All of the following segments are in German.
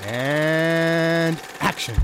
And action.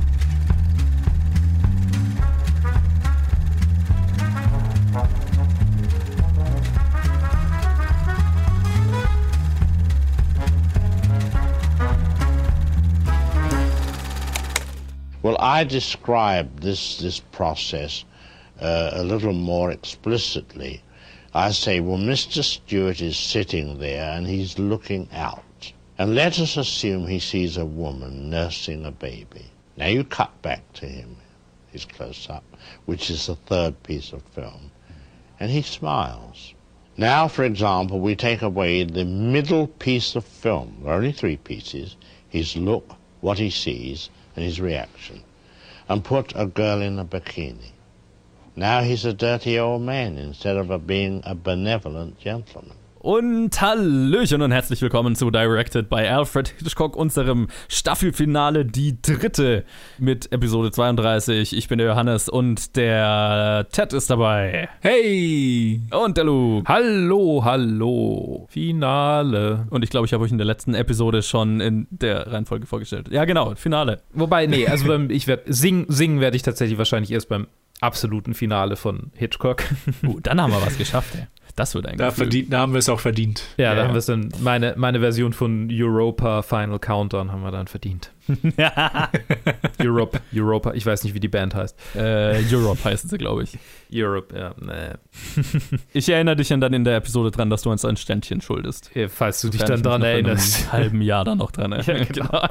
Well, I described this process a little more explicitly. I say, well, Mr. Stewart is sitting there and he's looking out. And let us assume he sees a woman nursing a baby. Now you cut back to him, his close-up, which is the third piece of film, and he smiles. Now, for example, we take away the middle piece of film. There are only three pieces: his look, what he sees, and his reaction, and put a girl in a bikini. Now he's a dirty old man instead of being a benevolent gentleman. Und Hallöchen und herzlich willkommen zu Directed by Alfred Hitchcock, unserem Staffelfinale, die dritte mit Episode 32. Ich bin der Johannes und der Ted ist dabei. Hey! Und der Luke. Hallo. Finale. Und ich glaube, ich habe euch in der letzten Episode schon in der Reihenfolge vorgestellt. Ja, genau, Finale. Wobei, nee, also ich werde singen werde ich tatsächlich wahrscheinlich erst beim absoluten Finale von Hitchcock. Dann haben wir was geschafft, ey. Das wird eigentlich. Da haben wir es auch verdient. Ja, da haben wir es dann, meine Version von Europa Final Countdown haben wir dann verdient. Europa, ich weiß nicht, wie die Band heißt. Europe heißt sie, glaube ich. Europe, ja, nee. Ich erinnere dich dann in der Episode dran, dass du uns ein Ständchen schuldest. Ja, falls du dich dann dran erinnerst. In einem halben Jahr dann noch dran erinnerst. Ja, genau.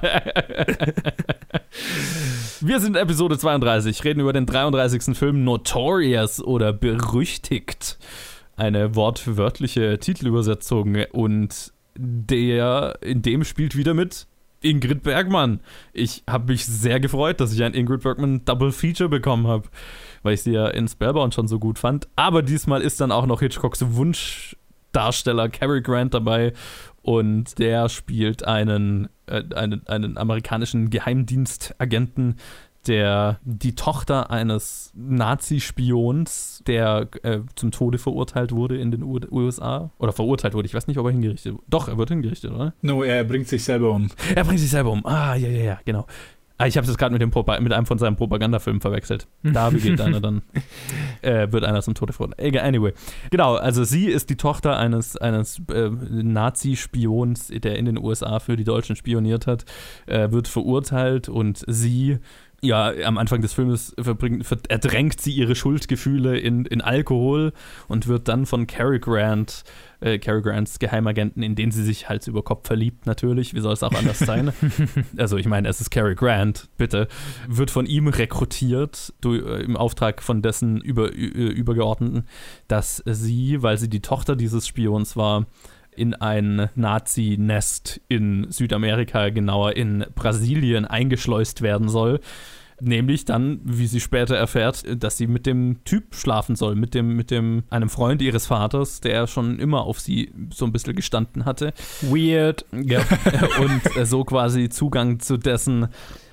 Wir sind Episode 32, reden über den 33. Film Notorious oder Berüchtigt. Eine wortwörtliche Titelübersetzung und in dem spielt wieder mit Ingrid Bergman. Ich habe mich sehr gefreut, dass ich ein Ingrid Bergman Double Feature bekommen habe, weil ich sie ja in Spellbound schon so gut fand. Aber diesmal ist dann auch noch Hitchcocks Wunschdarsteller Cary Grant dabei und der spielt einen amerikanischen Geheimdienstagenten, der die Tochter eines Nazi-Spions, der zum Tode verurteilt wurde in den USA. Oder verurteilt wurde, ich weiß nicht, ob er hingerichtet wurde. Doch, er wird hingerichtet, oder? No, er bringt sich selber um. Er bringt sich selber um. Ah, ja, genau. Ich habe das gerade mit einem von seinen Propagandafilmen verwechselt. Da begeht einer dann, wird einer zum Tode verurteilt. Anyway. Genau, also sie ist die Tochter eines Nazi-Spions, der in den USA für die Deutschen spioniert hat, wird verurteilt und sie... Ja, am Anfang des Filmes ertränkt sie ihre Schuldgefühle in Alkohol und wird dann von Cary Grants Geheimagenten, in den sie sich Hals über Kopf verliebt natürlich, wie soll es auch anders sein? Also ich meine, es ist Cary Grant, bitte, wird von ihm rekrutiert im Auftrag von dessen Übergeordneten, dass sie, weil sie die Tochter dieses Spions war, in ein Nazi-Nest in Südamerika, genauer in Brasilien, eingeschleust werden soll. Nämlich dann, wie sie später erfährt, dass sie mit dem Typ schlafen soll, mit einem Freund ihres Vaters, der schon immer auf sie so ein bisschen gestanden hatte. Weird. Ja. Und so quasi Zugang zu diesen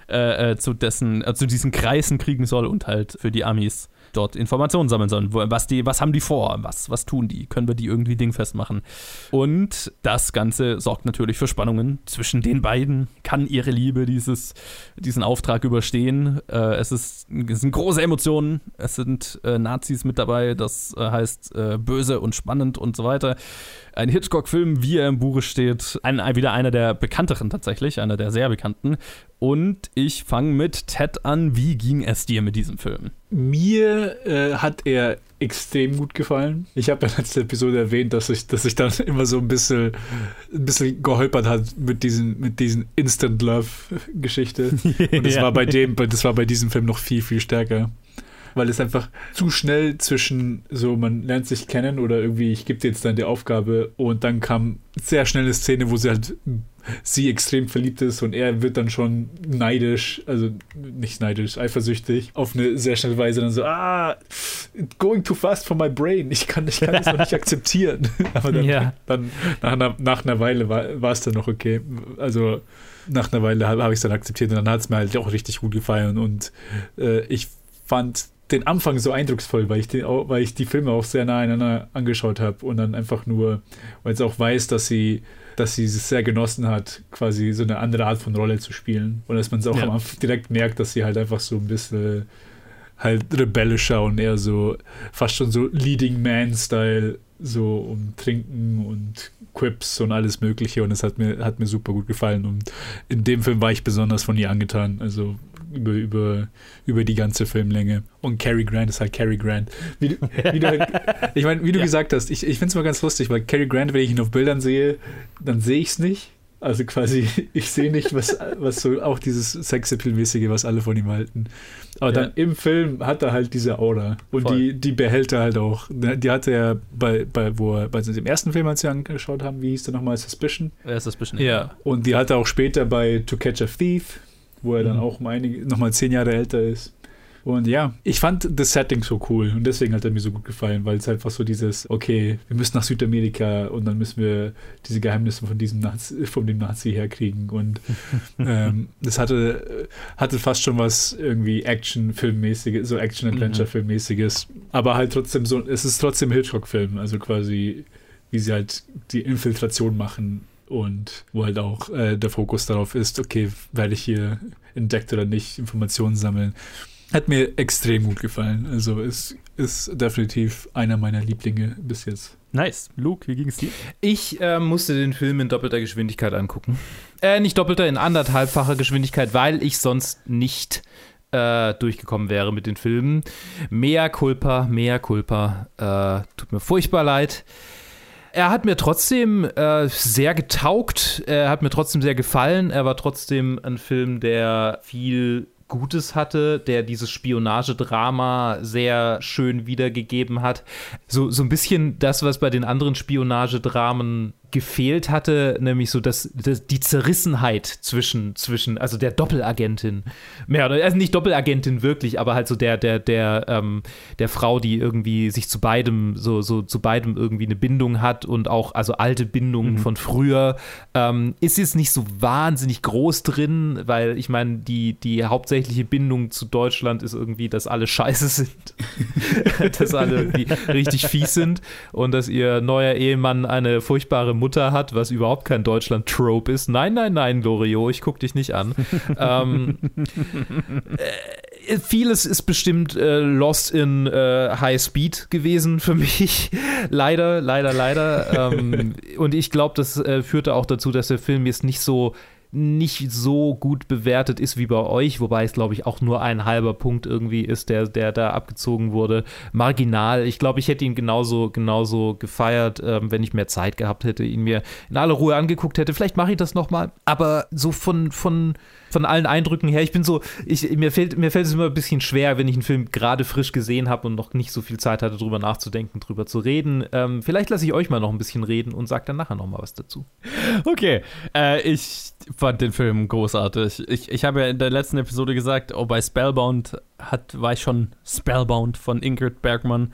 Kreisen kriegen soll und halt für die Amis dort Informationen sammeln sollen. Was haben die vor? Was tun die? Können wir die irgendwie dingfest machen? Und das Ganze sorgt natürlich für Spannungen zwischen den beiden. Kann ihre Liebe diesen Auftrag überstehen? Es sind große Emotionen. Es sind Nazis mit dabei. Das heißt böse und spannend und so weiter. Ein Hitchcock-Film, wie er im Buche steht. Wieder einer der bekannteren tatsächlich. Einer der sehr bekannten. Und ich fange mit Ted an. Wie ging es dir mit diesem Film? Mir hat er extrem gut gefallen. Ich habe ja in letzter Episode erwähnt, dass ich dann immer so ein bisschen geholpert hat mit diesen Instant Love Geschichte. Und das war bei diesem Film noch viel, viel stärker. Weil es einfach zu schnell zwischen so, man lernt sich kennen oder irgendwie, ich gebe dir jetzt dann die Aufgabe und dann kam sehr schnell eine Szene, wo sie extrem verliebt ist und er wird dann schon neidisch, also nicht neidisch, eifersüchtig, auf eine sehr schnelle Weise dann so, going too fast for my brain, ich kann das noch nicht akzeptieren. Aber dann nach einer Weile war es dann noch okay. Also nach einer Weile habe ich es dann akzeptiert und dann hat es mir halt auch richtig gut gefallen und ich fand den Anfang so eindrucksvoll, weil ich die Filme auch sehr nah aneinander angeschaut habe und dann einfach nur, weil ich auch weiß, dass sie dass sie es sehr genossen hat, quasi so eine andere Art von Rolle zu spielen. Und dass man es auch am Anfang direkt merkt, dass sie halt einfach so ein bisschen halt rebellischer und eher so fast schon so Leading Man-Style so um Trinken und Quips und alles Mögliche, und es hat mir super gut gefallen, und in dem Film war ich besonders von ihr angetan, also über die ganze Filmlänge. Und Cary Grant ist halt Cary Grant. Wie du gesagt hast, ich finde es mal ganz lustig, weil Cary Grant, wenn ich ihn auf Bildern sehe, dann sehe ich es nicht. Also quasi, ich sehe nicht, was so auch dieses Sexappeal-mäßige, was alle von ihm halten. Aber dann im Film hat er halt diese Aura. Und die behält er halt auch. Die hatte er bei dem ersten Film, als wir angeschaut haben, wie hieß der nochmal? Suspicion? Ja, Suspicion, ja. Und die hat er auch später bei To Catch a Thief, wo er dann auch nochmal 10 Jahre älter ist. Und ja, ich fand das Setting so cool und deswegen hat er mir so gut gefallen, weil es einfach so dieses, okay, wir müssen nach Südamerika und dann müssen wir diese Geheimnisse von dem Nazi herkriegen, und das hatte fast schon was irgendwie Action-Filmmäßiges, so Action-Adventure-Filmmäßiges, aber halt trotzdem so, es ist trotzdem Hitchcock-Film, also quasi, wie sie halt die Infiltration machen und wo halt auch der Fokus darauf ist, okay, werde ich hier entdeckt oder nicht, Informationen sammeln. Hat mir extrem gut gefallen. Also es ist definitiv einer meiner Lieblinge bis jetzt. Nice. Luke, wie ging es dir? Ich musste den Film in doppelter Geschwindigkeit angucken. Nicht doppelter, in 1,5-facher Geschwindigkeit, weil ich sonst nicht durchgekommen wäre mit den Filmen. Mea culpa. Tut mir furchtbar leid. Er hat mir trotzdem sehr getaugt. Er hat mir trotzdem sehr gefallen. Er war trotzdem ein Film, der viel Gutes hatte, der dieses Spionagedrama sehr schön wiedergegeben hat. So ein bisschen das, was bei den anderen Spionagedramen gefehlt hatte, nämlich so die Zerrissenheit zwischen also der Doppelagentin, also nicht Doppelagentin wirklich, aber halt so der Frau, die irgendwie sich zu beidem zu beidem irgendwie eine Bindung hat, und auch also alte Bindungen von früher, ist jetzt nicht so wahnsinnig groß drin, weil ich meine, die hauptsächliche Bindung zu Deutschland ist irgendwie, dass alle scheiße sind, dass alle irgendwie richtig fies sind und dass ihr neuer Ehemann eine furchtbare Mutter hat, was überhaupt kein Deutschland-Trope ist. Nein, Loriot, ich guck dich nicht an. Vieles ist bestimmt lost in High Speed gewesen für mich. Leider. Und ich glaube, das führte auch dazu, dass der Film jetzt nicht so gut bewertet ist wie bei euch, wobei es, glaube ich, auch nur ein halber Punkt irgendwie ist, der da abgezogen wurde. Marginal. Ich glaube, ich hätte ihn genauso gefeiert, wenn ich mehr Zeit gehabt hätte, ihn mir in aller Ruhe angeguckt hätte. Vielleicht mache ich das nochmal. Aber so von allen Eindrücken her, mir fällt es immer ein bisschen schwer, wenn ich einen Film gerade frisch gesehen habe und noch nicht so viel Zeit hatte, drüber nachzudenken, drüber zu reden. Vielleicht lasse ich euch mal noch ein bisschen reden und sage dann nachher nochmal was dazu. Okay, ich fand den Film großartig. Ich habe ja in der letzten Episode gesagt, bei Spellbound war ich schon Spellbound von Ingrid Bergman.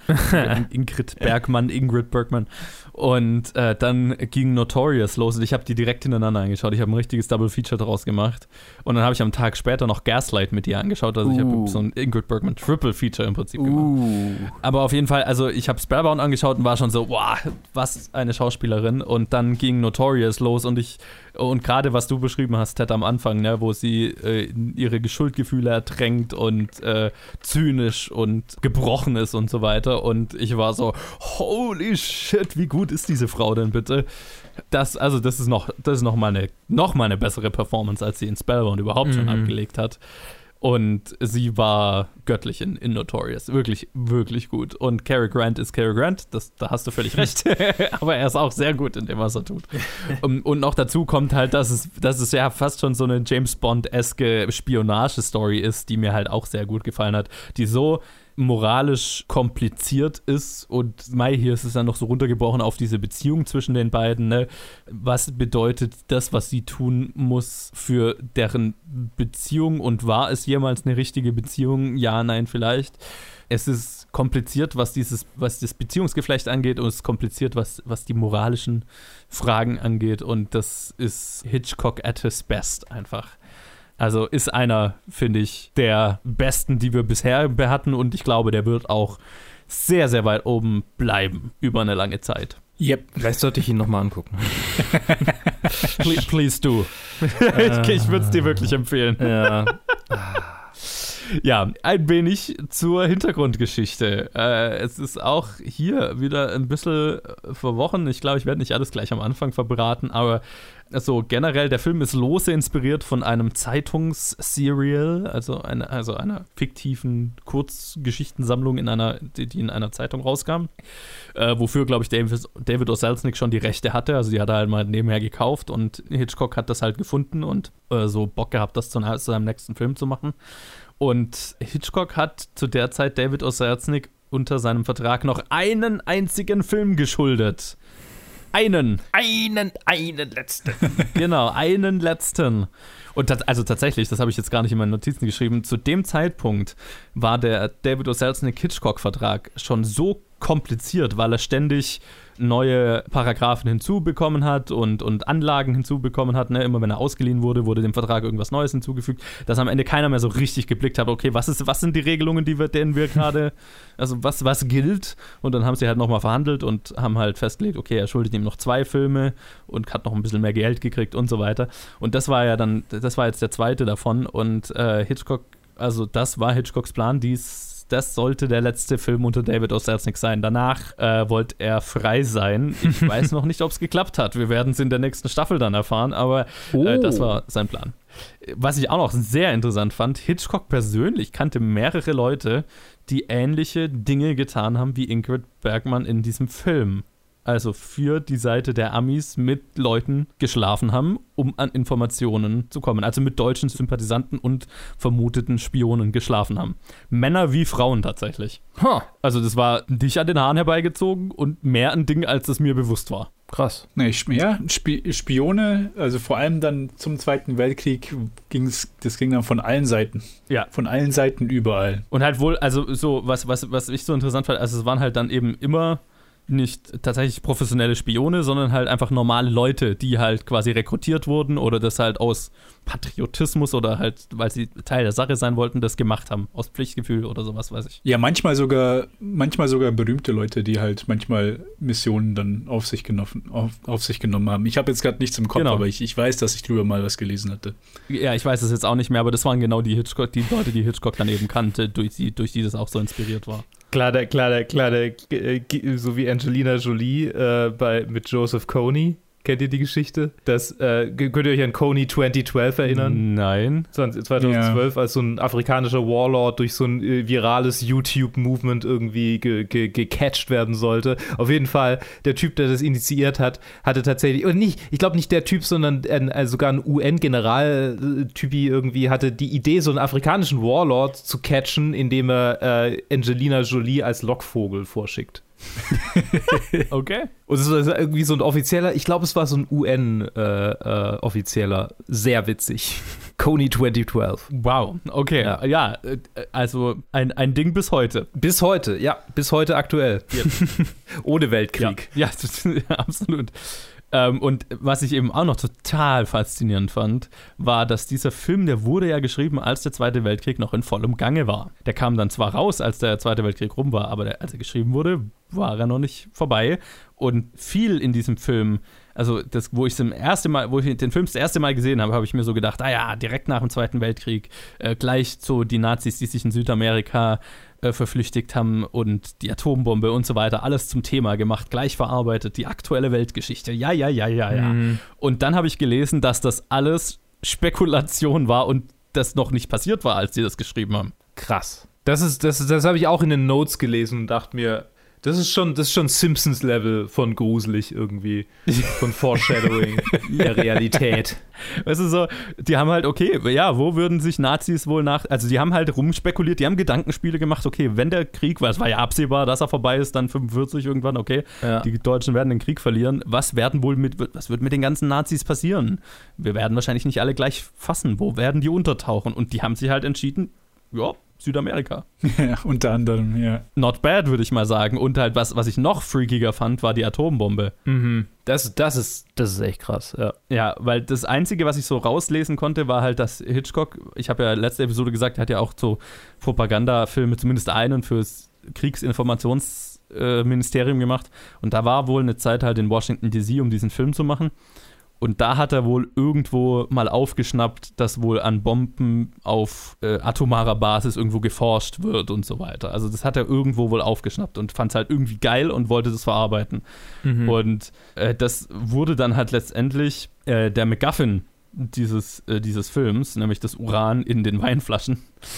Und dann ging Notorious los und ich habe die direkt hintereinander angeschaut. Ich habe ein richtiges Double Feature draus gemacht. Und dann habe ich am Tag später noch Gaslight mit ihr angeschaut. Also ich habe so ein Ingrid Bergman Triple Feature im Prinzip gemacht. Aber auf jeden Fall, also ich habe Spellbound angeschaut und war schon so, wow, was eine Schauspielerin. Und dann ging Notorious los und gerade was du beschrieben hast, Ted, am Anfang, ne, wo sie ihre Schuldgefühle ertränkt und zynisch und gebrochen ist und so weiter. Und ich war so, holy shit, wie gut ist diese Frau denn bitte? Das ist noch mal eine bessere Performance, als sie in Spellbound überhaupt schon abgelegt hat. Und sie war göttlich in Notorious. Wirklich, wirklich gut. Und Cary Grant ist Cary Grant, da hast du völlig recht. Aber er ist auch sehr gut in dem, was er tut. Und noch dazu kommt halt, dass es ja fast schon so eine James Bond-eske Spionage-Story ist, die mir halt auch sehr gut gefallen hat. Die so moralisch kompliziert ist, und hier ist es dann noch so runtergebrochen auf diese Beziehung zwischen den beiden, ne? Was bedeutet das, was sie tun muss für deren Beziehung, und war es jemals eine richtige Beziehung? Ja, nein, vielleicht. Es ist kompliziert, was das Beziehungsgeflecht angeht, und es ist kompliziert, was die moralischen Fragen angeht, und das ist Hitchcock at his best einfach. Also ist einer, finde ich, der besten, die wir bisher hatten, und ich glaube, der wird auch sehr, sehr weit oben bleiben über eine lange Zeit. Yep. Vielleicht sollte ich ihn nochmal angucken. Please do. Ich würde es dir wirklich empfehlen. Ja. Ja, ein wenig zur Hintergrundgeschichte. Es ist auch hier wieder ein bisschen verworren. Ich glaube, ich werde nicht alles gleich am Anfang verbraten, aber also generell, der Film ist lose inspiriert von einem Zeitungsserial, also einer fiktiven Kurzgeschichtensammlung, die in einer Zeitung rauskam, wofür, glaube ich, David O. Selznick schon die Rechte hatte. Also die hat er halt mal nebenher gekauft und Hitchcock hat das halt gefunden und so Bock gehabt, das zu seinem nächsten Film zu machen. Und Hitchcock hat zu der Zeit David O. Selznick unter seinem Vertrag noch einen einzigen Film geschuldet. Einen letzten. Genau, einen letzten. Und tatsächlich, das habe ich jetzt gar nicht in meinen Notizen geschrieben, zu dem Zeitpunkt war der David O. Selznick-Hitchcock-Vertrag schon so kompliziert, weil er ständig neue Paragraphen hinzubekommen hat und Anlagen hinzubekommen hat. Ne? Immer wenn er ausgeliehen wurde, wurde dem Vertrag irgendwas Neues hinzugefügt, dass am Ende keiner mehr so richtig geblickt hat, okay, was sind die Regelungen, denen wir gerade, also was gilt? Und dann haben sie halt nochmal verhandelt und haben halt festgelegt, okay, er schuldet ihm noch 2 Filme und hat noch ein bisschen mehr Geld gekriegt und so weiter. Und das war jetzt der zweite davon und Hitchcock, also das war Hitchcocks Plan, das sollte der letzte Film unter David O. Selznick sein. Danach wollte er frei sein. Ich weiß noch nicht, ob es geklappt hat. Wir werden es in der nächsten Staffel dann erfahren, aber das war sein Plan. Was ich auch noch sehr interessant fand, Hitchcock persönlich kannte mehrere Leute, die ähnliche Dinge getan haben wie Ingrid Bergman in diesem Film. Also für die Seite der Amis mit Leuten geschlafen haben, um an Informationen zu kommen. Also mit deutschen Sympathisanten und vermuteten Spionen geschlafen haben. Männer wie Frauen tatsächlich. Also das war nicht an den Haaren herbeigezogen und mehr ein Ding, als es mir bewusst war. Krass. Nee, Spione, also vor allem dann zum Zweiten Weltkrieg, das ging dann von allen Seiten. Ja. Von allen Seiten überall. Und halt wohl, also so, was ich so interessant fand, also es waren halt dann eben immer nicht tatsächlich professionelle Spione, sondern halt einfach normale Leute, die halt quasi rekrutiert wurden oder das halt aus Patriotismus oder halt, weil sie Teil der Sache sein wollten, das gemacht haben. Aus Pflichtgefühl oder sowas, weiß ich. Ja, manchmal sogar berühmte Leute, die halt manchmal Missionen dann auf sich genommen haben. Ich habe jetzt gerade nichts im Kopf, genau. Aber ich weiß, dass ich drüber mal was gelesen hatte. Ja, ich weiß es jetzt auch nicht mehr, aber das waren genau die Leute, die Hitchcock dann eben kannte, durch die das auch so inspiriert war. Klar, so wie Angelina Jolie mit Joseph Kony. Kennt ihr die Geschichte? Könnt ihr euch an Kony 2012 erinnern? Nein. 2012, als so ein afrikanischer Warlord durch so ein virales YouTube-Movement irgendwie gecatcht werden sollte. Auf jeden Fall, der Typ, der das initiiert hat, hatte tatsächlich, ich glaube nicht der Typ, sondern sogar ein UN-General-Typi irgendwie hatte die Idee, so einen afrikanischen Warlord zu catchen, indem er Angelina Jolie als Lockvogel vorschickt. Okay. Und es war irgendwie so ein offizieller, ich glaube, es war so ein UN-offizieller, sehr witzig. Kony 2012. Wow, okay. Ja, also ein Ding bis heute. Bis heute, ja, bis heute aktuell. Ohne Weltkrieg. Ja, absolut. Und was ich eben auch noch total faszinierend fand, war, dass dieser Film, der wurde ja geschrieben, als der Zweite Weltkrieg noch in vollem Gange war. Der kam dann zwar raus, als der Zweite Weltkrieg rum war, aber als er geschrieben wurde, war er noch nicht vorbei. Und viel in diesem Film, also wo ich den Film das erste Mal gesehen habe, habe ich mir so gedacht, direkt nach dem Zweiten Weltkrieg, gleich so die Nazis, die sich in Südamerika verflüchtigt haben und die Atombombe und so weiter, alles zum Thema gemacht, gleich verarbeitet, die aktuelle Weltgeschichte, ja. Und dann habe ich gelesen, dass das alles Spekulation war und das noch nicht passiert war, als sie das geschrieben haben. Krass. Das habe ich auch in den Notes gelesen und dachte mir, das ist schon Simpsons-Level von gruselig irgendwie, von Foreshadowing der Realität. Weißt du, so, die haben halt, okay, ja, wo würden sich Nazis wohl also die haben halt rumspekuliert, die haben Gedankenspiele gemacht, okay, wenn der Krieg, weil es war ja absehbar, dass er vorbei ist, dann 45 irgendwann, okay, Die Deutschen werden den Krieg verlieren, was wird mit den ganzen Nazis passieren? Wir werden wahrscheinlich nicht alle gleich fassen, wo werden die untertauchen? Und die haben sich halt entschieden, ja, Südamerika. Ja, unter anderem, ja. Not bad, würde ich mal sagen. Und halt, was ich noch freakiger fand, war die Atombombe. Mhm. Das ist echt krass, ja. Ja, weil das Einzige, was ich so rauslesen konnte, war halt, dass Hitchcock, ich habe ja letzte Episode gesagt, er hat ja auch so Propagandafilme, zumindest einen fürs Kriegsinformationsministerium gemacht. Und da war wohl eine Zeit halt in Washington D.C., um diesen Film zu machen. Und da hat er wohl irgendwo mal aufgeschnappt, dass wohl an Bomben auf atomarer Basis irgendwo geforscht wird und so weiter. Also das hat er irgendwo wohl aufgeschnappt und fand es halt irgendwie geil und wollte das verarbeiten. Und das wurde dann halt letztendlich der MacGuffin dieses Films, nämlich das Uran in den Weinflaschen.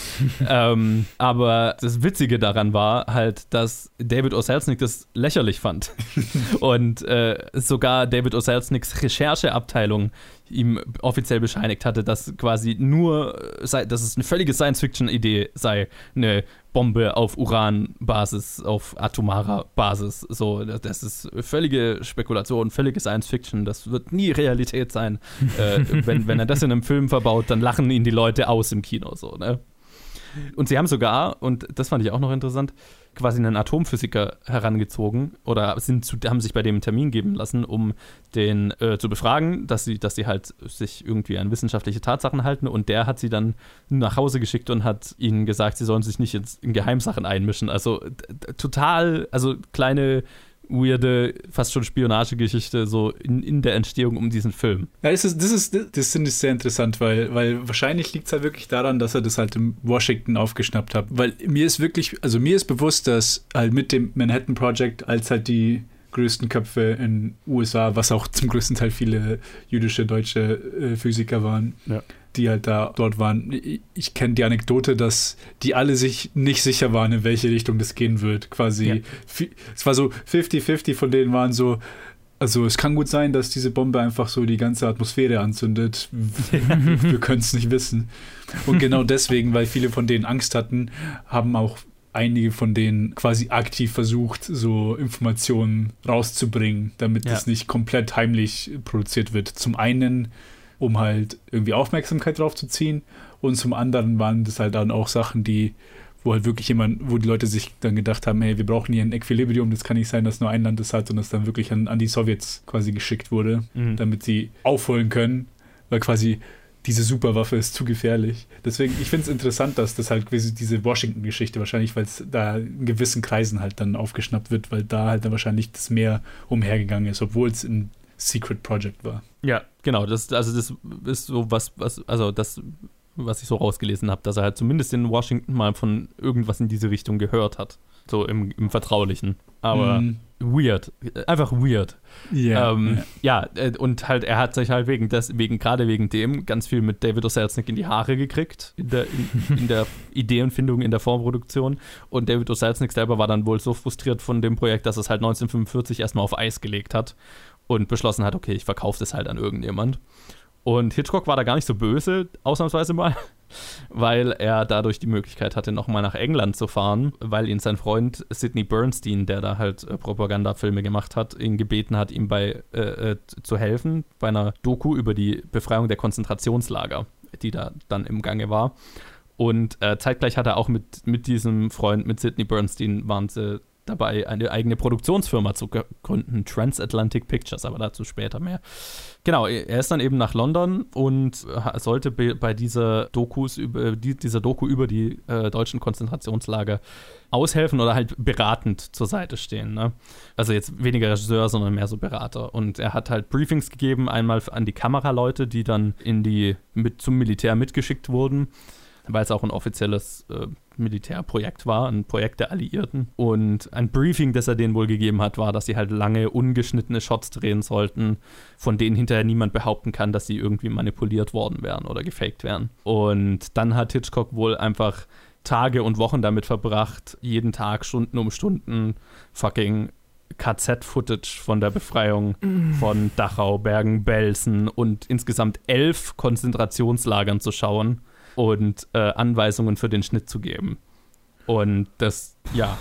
Aber das Witzige daran war halt, dass David O. Selznick das lächerlich fand. Und sogar David O. Selznicks Rechercheabteilung ihm offiziell bescheinigt hatte, dass quasi dass es eine völlige Science-Fiction-Idee sei, eine Bombe auf Uran-Basis, auf atomarer Basis. So, das ist völlige Spekulation, völlige Science-Fiction. Das wird nie Realität sein. Wenn er das in einem Film verbaut, dann lachen ihn die Leute aus im Kino. So, ne? Und sie haben sogar, und das fand ich auch noch interessant, quasi einen Atomphysiker herangezogen oder haben sich bei dem einen Termin geben lassen, um den zu befragen, dass sie halt sich irgendwie an wissenschaftliche Tatsachen halten, und der hat sie dann nach Hause geschickt und hat ihnen gesagt, sie sollen sich nicht in Geheimsachen einmischen. Also total, also kleine weirde, fast schon Spionagegeschichte so in der Entstehung um diesen Film. Ja, das finde ich sehr interessant, weil wahrscheinlich liegt es halt wirklich daran, dass er das halt in Washington aufgeschnappt hat. Weil mir ist bewusst, dass halt mit dem Manhattan Project, als halt die größten Köpfe in USA, was auch zum größten Teil viele jüdische, deutsche Physiker waren, die halt dort waren. Ich kenne die Anekdote, dass die alle sich nicht sicher waren, in welche Richtung das gehen wird. Quasi, es war so 50-50 von denen waren so, also es kann gut sein, dass diese Bombe einfach so die ganze Atmosphäre anzündet. Wir können es nicht wissen. Und genau deswegen, weil viele von denen Angst hatten, haben auch einige von denen quasi aktiv versucht, so Informationen rauszubringen, damit es nicht komplett heimlich produziert wird. Zum einen, um halt irgendwie Aufmerksamkeit drauf zu ziehen, und zum anderen waren das halt dann auch Sachen, wo halt wirklich wo die Leute sich dann gedacht haben, hey, wir brauchen hier ein Equilibrium, das kann nicht sein, dass nur ein Land das hat und das dann wirklich an die Sowjets quasi geschickt wurde, damit sie aufholen können, weil quasi diese Superwaffe ist zu gefährlich. Deswegen, ich finde es interessant, dass das halt quasi diese Washington-Geschichte wahrscheinlich, weil es da in gewissen Kreisen halt dann aufgeschnappt wird, weil da halt dann wahrscheinlich das mehr umhergegangen ist, obwohl es ein Secret Project war. Ja, genau. Das ist so was ich so rausgelesen habe, dass er halt zumindest in Washington mal von irgendwas in diese Richtung gehört hat. So im Vertraulichen. Aber weird. Einfach weird. Yeah, und halt, er hat sich halt gerade wegen dem ganz viel mit David O. Selznick in die Haare gekriegt, in der Ideenfindung, in der Vorproduktion. Und David O. Selznick selber war dann wohl so frustriert von dem Projekt, dass es halt 1945 erstmal auf Eis gelegt hat und beschlossen hat, okay, ich verkaufe das halt an irgendjemand. Und Hitchcock war da gar nicht so böse, ausnahmsweise mal, weil er dadurch die Möglichkeit hatte, nochmal nach England zu fahren, weil ihn sein Freund Sidney Bernstein, der da halt Propagandafilme gemacht hat, ihn gebeten hat, ihm zu helfen bei einer Doku über die Befreiung der Konzentrationslager, die da dann im Gange war. Und zeitgleich hat er auch mit diesem Freund, mit Sidney Bernstein, waren sie dabei, eine eigene Produktionsfirma zu gründen, Transatlantic Pictures, aber dazu später mehr. Genau, er ist dann eben nach London und sollte bei dieser Doku über die deutschen Konzentrationslager aushelfen oder halt beratend zur Seite stehen. Ne? Also jetzt weniger Regisseur, sondern mehr so Berater. Und er hat halt Briefings gegeben, einmal an die Kameraleute, die dann zum Militär mitgeschickt wurden, weil es auch ein offizielles Militärprojekt war, ein Projekt der Alliierten. Und ein Briefing, das er denen wohl gegeben hat, war, dass sie halt lange ungeschnittene Shots drehen sollten, von denen hinterher niemand behaupten kann, dass sie irgendwie manipuliert worden wären oder gefaked wären. Und dann hat Hitchcock wohl einfach Tage und Wochen damit verbracht, jeden Tag Stunden um Stunden fucking KZ-Footage von der Befreiung von Dachau, Bergen-Belsen und insgesamt 11 Konzentrationslagern zu schauen und Anweisungen für den Schnitt zu geben. Und das,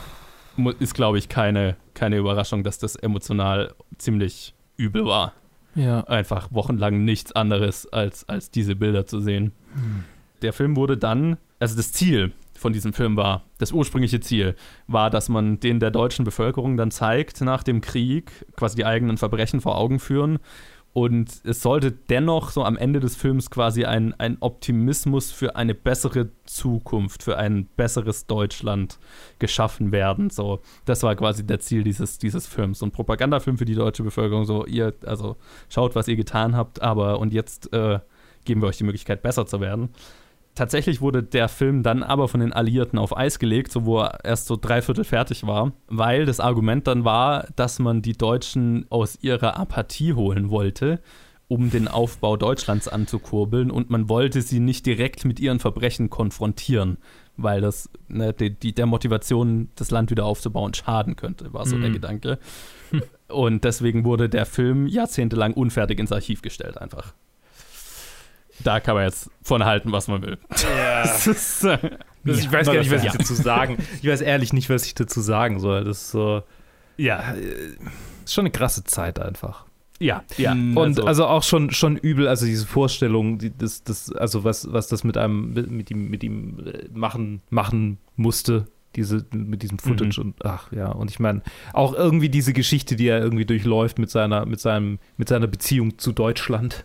ist, glaube ich, keine Überraschung, dass das emotional ziemlich übel war. Ja. Einfach wochenlang nichts anderes als diese Bilder zu sehen. Der Film wurde dann, also das Ziel von diesem Film war, das ursprüngliche Ziel war, dass man den der deutschen Bevölkerung dann zeigt nach dem Krieg, quasi die eigenen Verbrechen vor Augen führen Und es sollte dennoch so am Ende des Films quasi ein Optimismus für eine bessere Zukunft, für ein besseres Deutschland geschaffen werden. So, das war quasi der Ziel dieses Films. So ein Propagandafilm für die deutsche Bevölkerung. So, ihr, also schaut, was ihr getan habt, und jetzt geben wir euch die Möglichkeit, besser zu werden. Tatsächlich wurde der Film dann aber von den Alliierten auf Eis gelegt, so wo er erst so 3/4 fertig war, weil das Argument dann war, dass man die Deutschen aus ihrer Apathie holen wollte, um den Aufbau Deutschlands anzukurbeln, und man wollte sie nicht direkt mit ihren Verbrechen konfrontieren, weil das der Motivation, das Land wieder aufzubauen, schaden könnte, war so der Gedanke. Und deswegen wurde der Film jahrzehntelang unfertig ins Archiv gestellt einfach. Da kann man jetzt von halten, was man will. Ja. Ich weiß gar nicht, was ich dazu sagen. Ich weiß ehrlich nicht, was ich dazu sagen soll. Das ist so, ist schon eine krasse Zeit einfach. Ja. Und also auch schon übel, also diese Vorstellung, also was das mit ihm machen musste, mit diesem Footage und und ich meine, auch irgendwie diese Geschichte, die er irgendwie durchläuft mit seiner Beziehung zu Deutschland.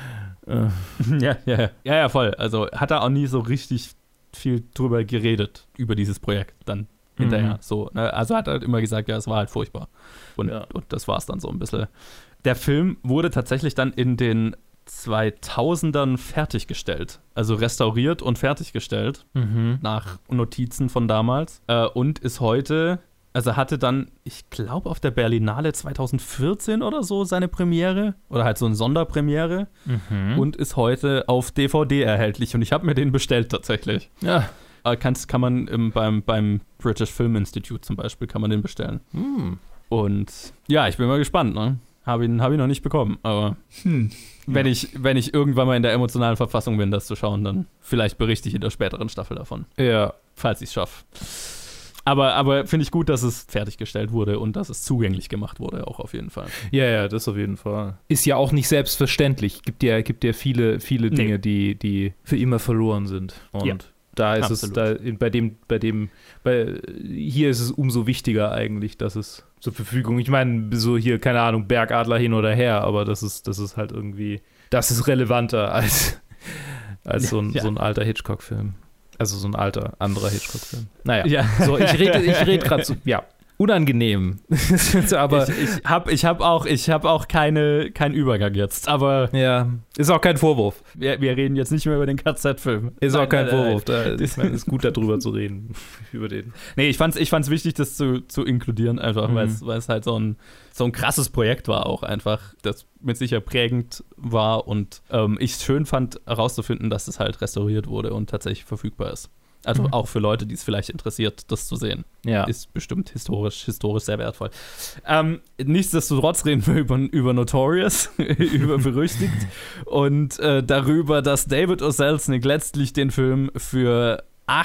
Ja, voll. Also hat er auch nie so richtig viel drüber geredet, über dieses Projekt dann hinterher. So, ne? Also hat er halt immer gesagt, ja, es war halt furchtbar. Und das war es dann so ein bisschen. Der Film wurde tatsächlich dann in den 2000ern fertiggestellt. Also restauriert und fertiggestellt nach Notizen von damals. Und ist heute... Also hatte dann, ich glaube, auf der Berlinale 2014 oder so seine Premiere oder halt so eine Sonderpremiere und ist heute auf DVD erhältlich, und ich habe mir den bestellt tatsächlich. Ja. Kann man beim British Film Institute zum Beispiel, kann man den bestellen. Und ja, ich bin mal gespannt, ne? Hab ihn noch nicht bekommen, aber wenn ich irgendwann mal in der emotionalen Verfassung bin, das zu schauen, dann vielleicht berichte ich in der späteren Staffel davon. Ja. Falls ich es schaffe. Aber finde ich gut, dass es fertiggestellt wurde und dass es zugänglich gemacht wurde, auch auf jeden Fall. Ja, das auf jeden Fall. Ist ja auch nicht selbstverständlich. Gibt ja viele Dinge, die für immer verloren sind. Und da ist hier ist es umso wichtiger eigentlich, dass es zur Verfügung, ich meine, so hier, keine Ahnung, Bergadler hin oder her, aber das ist halt irgendwie, das ist relevanter als so ein alter Hitchcock-Film. Also so ein anderer Hitchcock-Film. Naja, so, ich rede gerade so, unangenehm. Aber ich hab auch keinen Übergang jetzt, aber... Ja, ist auch kein Vorwurf. Wir reden jetzt nicht mehr über den KZ-Film. Ist auch kein Vorwurf. Ist gut, darüber zu reden. Über den. Nee, ich fand's wichtig, das zu inkludieren, einfach, weil es halt so ein krasses Projekt war auch einfach, das mit sicher prägend war, und ich es schön fand, herauszufinden, dass es halt restauriert wurde und tatsächlich verfügbar ist. Also auch für Leute, die es vielleicht interessiert, das zu sehen. Ja. Ist bestimmt historisch sehr wertvoll. Nichtsdestotrotz reden wir über Notorious, über Berüchtigt und darüber, dass David O. Selznick letztlich den Film für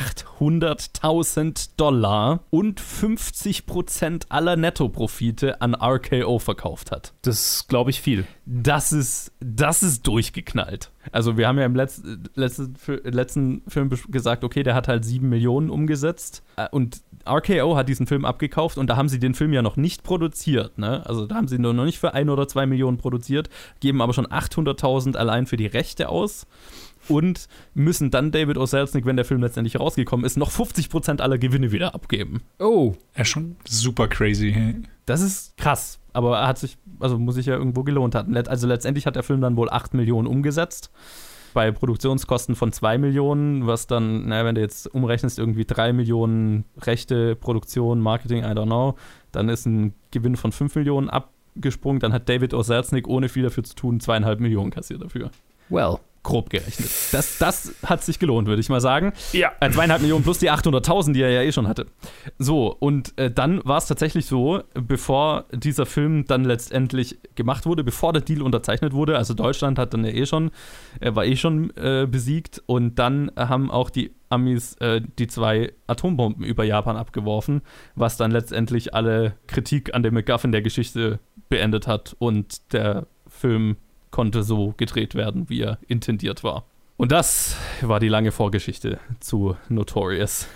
$800.000 und 50% aller Nettoprofite an RKO verkauft hat. Das ist, glaube ich, viel. Das ist durchgeknallt. Also wir haben ja im letzten Film gesagt, okay, der hat halt 7 Millionen umgesetzt, und RKO hat diesen Film abgekauft, und da haben sie den Film ja noch nicht produziert, ne? Also da haben sie noch nicht für 1 oder 2 Millionen produziert, geben aber schon 800.000 allein für die Rechte aus und müssen dann David O. Selznick, wenn der Film letztendlich rausgekommen ist, noch 50% aller Gewinne wieder abgeben. Oh. Ja, schon super crazy. Das ist krass, aber muss sich ja irgendwo gelohnt haben. Also letztendlich hat der Film dann wohl 8 Millionen umgesetzt, bei Produktionskosten von 2 Millionen, was dann, wenn du jetzt umrechnest, irgendwie 3 Millionen Rechte, Produktion, Marketing, I don't know, dann ist ein Gewinn von 5 Millionen abgesprungen, dann hat David O. Selznick, ohne viel dafür zu tun, 2,5 Millionen kassiert dafür. Well. Grob gerechnet. Das hat sich gelohnt, würde ich mal sagen. Ja. 2,5 Millionen plus die 800.000, die er ja schon hatte. So, und dann war es tatsächlich so, bevor dieser Film dann letztendlich gemacht wurde, bevor der Deal unterzeichnet wurde, also Deutschland hat dann war schon besiegt, und dann haben auch die Amis die 2 Atombomben über Japan abgeworfen, was dann letztendlich alle Kritik an dem MacGuffin der Geschichte beendet hat, und der Film konnte so gedreht werden, wie er intendiert war. Und das war die lange Vorgeschichte zu Notorious.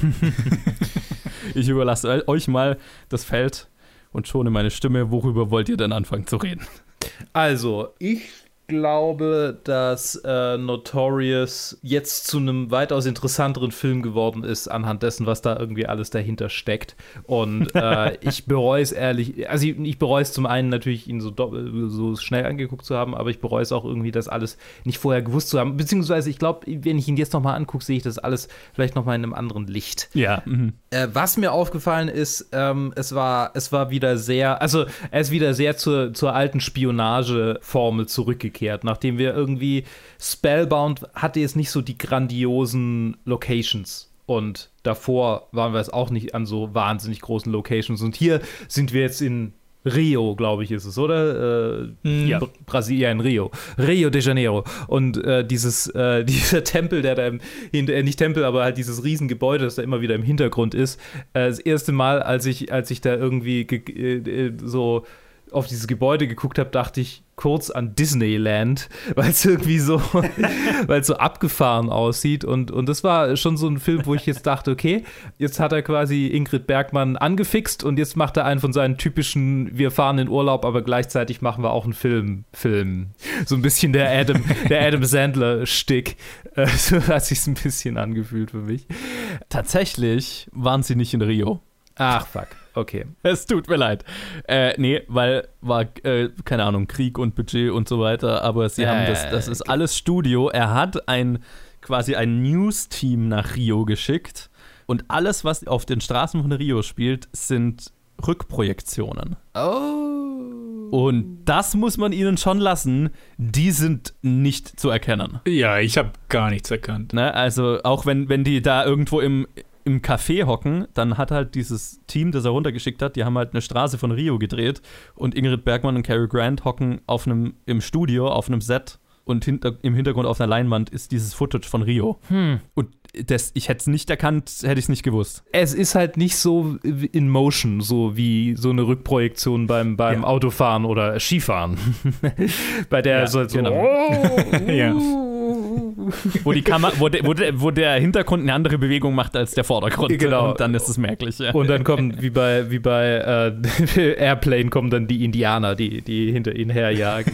Ich überlasse euch mal das Feld und schone meine Stimme. Worüber wollt ihr denn anfangen zu reden? Also, ich glaube, dass Notorious jetzt zu einem weitaus interessanteren Film geworden ist, anhand dessen, was da irgendwie alles dahinter steckt. Und ich bereue es ehrlich, also ich bereue es zum einen natürlich, ihn so schnell angeguckt zu haben, aber ich bereue es auch irgendwie, das alles nicht vorher gewusst zu haben. Beziehungsweise, ich glaube, wenn ich ihn jetzt nochmal angucke, sehe ich das alles vielleicht nochmal in einem anderen Licht. Ja. Was mir aufgefallen ist, es war wieder sehr, also er ist wieder sehr zur alten Spionageformel zurückgekehrt. Nachdem wir irgendwie Spellbound hatte jetzt nicht so die grandiosen Locations und davor waren wir es auch nicht an so wahnsinnig großen Locations und hier sind wir jetzt in Rio, glaube ich, ist es, oder? Ja, Brasilien, Rio de Janeiro. Und dieser Tempel, der da nicht Tempel, aber halt dieses Riesengebäude, das da immer wieder im Hintergrund ist. Das erste Mal, als ich da irgendwie so auf dieses Gebäude geguckt habe, dachte ich kurz an Disneyland, weil es irgendwie so, weil es so abgefahren aussieht und das war schon so ein Film, wo ich jetzt dachte, okay, jetzt hat er quasi Ingrid Bergman angefixt und jetzt macht er einen von seinen typischen, wir fahren in Urlaub, aber gleichzeitig machen wir auch einen Film. So ein bisschen der Adam Sandler-Stick. So hat sich's ein bisschen angefühlt für mich. Tatsächlich waren sie nicht in Rio. Ach, fuck. Okay. Es tut mir leid. Nee, weil war, keine Ahnung, Krieg und Budget und so weiter, aber sie haben das ist alles Studio. Er hat quasi ein News-Team nach Rio geschickt und alles, was auf den Straßen von Rio spielt, sind Rückprojektionen. Oh. Und das muss man ihnen schon lassen, die sind nicht zu erkennen. Ja, ich habe gar nichts erkannt. Ne? Also auch wenn die da irgendwo im Café hocken, dann hat halt dieses Team, das er runtergeschickt hat, die haben halt eine Straße von Rio gedreht und Ingrid Bergman und Cary Grant hocken im Studio, auf einem Set und im Hintergrund auf einer Leinwand ist dieses Footage von Rio. Und ich hätte es nicht erkannt, hätte ich es nicht gewusst. Es ist halt nicht so in Motion, so wie so eine Rückprojektion beim Autofahren oder Skifahren. Bei der so Ja. Wo die Kamera, wo der Hintergrund eine andere Bewegung macht als der Vordergrund. Genau. Und dann ist es merklich. Ja. Und dann kommen, wie bei Airplane, kommen dann die Indianer, die hinter ihnen herjagen.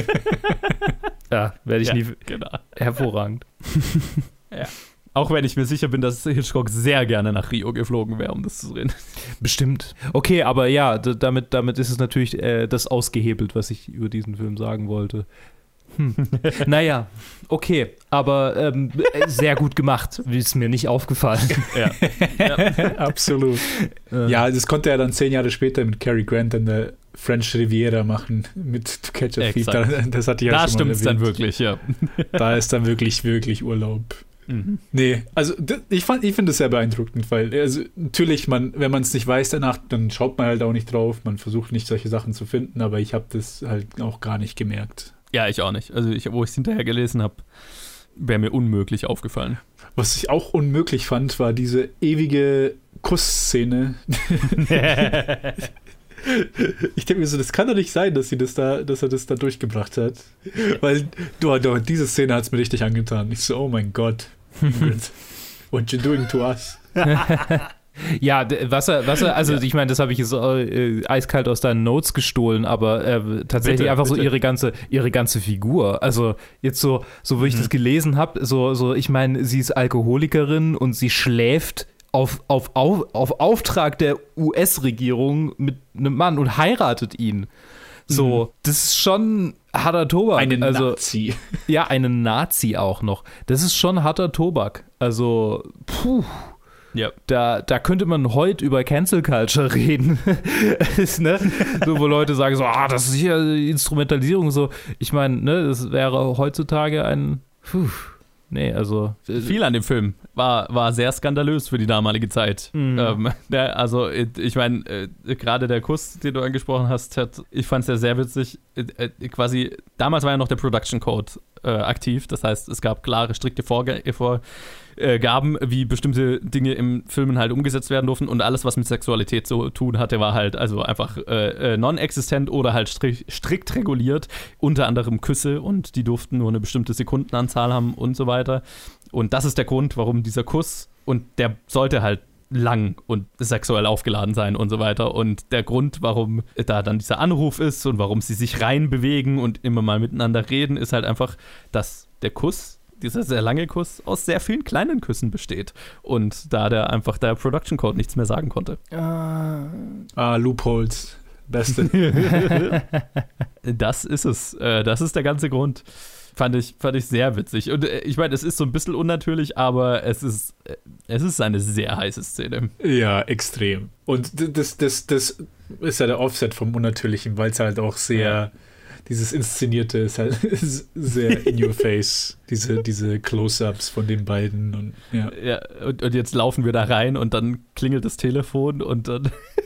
Ja, werde ich nie. Genau. Hervorragend. Ja. Auch wenn ich mir sicher bin, dass Hitchcock sehr gerne nach Rio geflogen wäre, um das zu sehen. Bestimmt. Okay, aber ja, damit ist es natürlich das ausgehebelt, was ich über diesen Film sagen wollte. Naja, okay, aber sehr gut gemacht, ist mir nicht aufgefallen. Ja. Absolut. Ja, das konnte er dann 10 Jahre später mit Cary Grant in der French Riviera machen, mit To Catch a Thief. Das hatte ich ja schon mal erwähnt. Da stimmt's dann wirklich, ja. Da ist dann wirklich, wirklich Urlaub. Nee, also ich finde es sehr beeindruckend, weil also, natürlich, wenn man es nicht weiß danach, dann schaut man halt auch nicht drauf, man versucht nicht solche Sachen zu finden, aber ich habe das halt auch gar nicht gemerkt. Ja, ich auch nicht. Also wo ich es hinterher gelesen habe, wäre mir unmöglich aufgefallen. Was ich auch unmöglich fand, war diese ewige Kussszene. Ich denke mir so, das kann doch nicht sein, dass er das da durchgebracht hat. Weil diese Szene hat es mir richtig angetan. Ich so, oh mein Gott, what you doing to us? Ja, also ich meine, das habe ich jetzt eiskalt aus deinen Notes gestohlen, aber tatsächlich einfach so ihre ganze Figur. Also jetzt so wie ich das gelesen habe, so ich meine, sie ist Alkoholikerin und sie schläft auf Auftrag der US-Regierung mit einem Mann und heiratet ihn. So, das ist schon harter Tobak. Eine Nazi. Ja, eine Nazi auch noch. Das ist schon harter Tobak. Also, Ja. Da könnte man heute über Cancel Culture reden. Ne? So, wo Leute sagen so, das ist hier Instrumentalisierung. So. Ich meine, ne, das wäre heutzutage also viel an dem Film war sehr skandalös für die damalige Zeit. Also ich meine, gerade der Kuss, den du angesprochen hast, ich fand es ja sehr witzig. Quasi, damals war ja noch der Production Code aktiv. Das heißt, es gab klare, strikte Vorgaben, wie bestimmte Dinge im Filmen halt umgesetzt werden durften und alles, was mit Sexualität zu tun hatte, war halt also einfach non-existent oder halt strikt reguliert, unter anderem Küsse und die durften nur eine bestimmte Sekundenanzahl haben und so weiter. Und das ist der Grund, warum dieser Kuss, und der sollte halt lang und sexuell aufgeladen sein und so weiter. Und der Grund, warum da dann dieser Anruf ist und warum sie sich reinbewegen und immer mal miteinander reden, ist halt einfach, dass der Kuss, dieser sehr lange Kuss, aus sehr vielen kleinen Küssen besteht. Und da der Production Code nichts mehr sagen konnte. Loopholes. Beste. Das ist es. Das ist der ganze Grund. Fand ich sehr witzig. Und ich meine, es ist so ein bisschen unnatürlich, aber es ist eine sehr heiße Szene. Ja, extrem. Und das ist ja der Offset vom Unnatürlichen, weil es halt auch sehr, dieses Inszenierte ist halt sehr in your face, diese Close-Ups von den beiden. Und, und jetzt laufen wir da rein und dann klingelt das Telefon und dann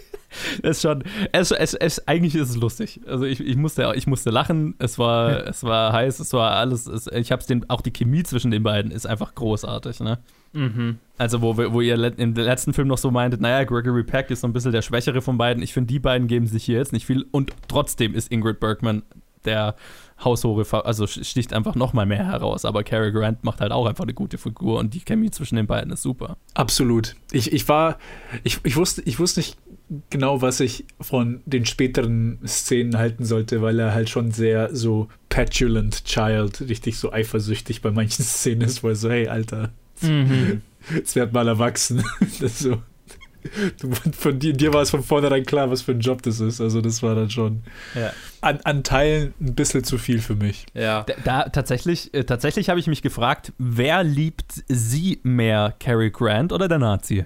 eigentlich ist es lustig. Also ich musste lachen, es war heiß, es war alles, auch die Chemie zwischen den beiden ist einfach großartig, ne? Mhm. Also wo ihr im letzten Film noch so meintet, naja, Gregory Peck ist so ein bisschen der Schwächere von beiden, ich finde, die beiden geben sich hier jetzt nicht viel und trotzdem ist Ingrid Bergman der haushohe, also sticht einfach noch mal mehr heraus, aber Cary Grant macht halt auch einfach eine gute Figur und die Chemie zwischen den beiden ist super. Absolut. Ich wusste nicht genau, was ich von den späteren Szenen halten sollte, weil er halt schon sehr so petulant Child, richtig so eifersüchtig bei manchen Szenen ist, wo er so, hey, Alter, jetzt werd mal erwachsen. Das so, von dir war es von vornherein klar, was für ein Job das ist. Also das war dann schon an Teilen ein bisschen zu viel für mich. Ja. Tatsächlich habe ich mich gefragt, wer liebt sie mehr, Cary Grant oder der Nazi?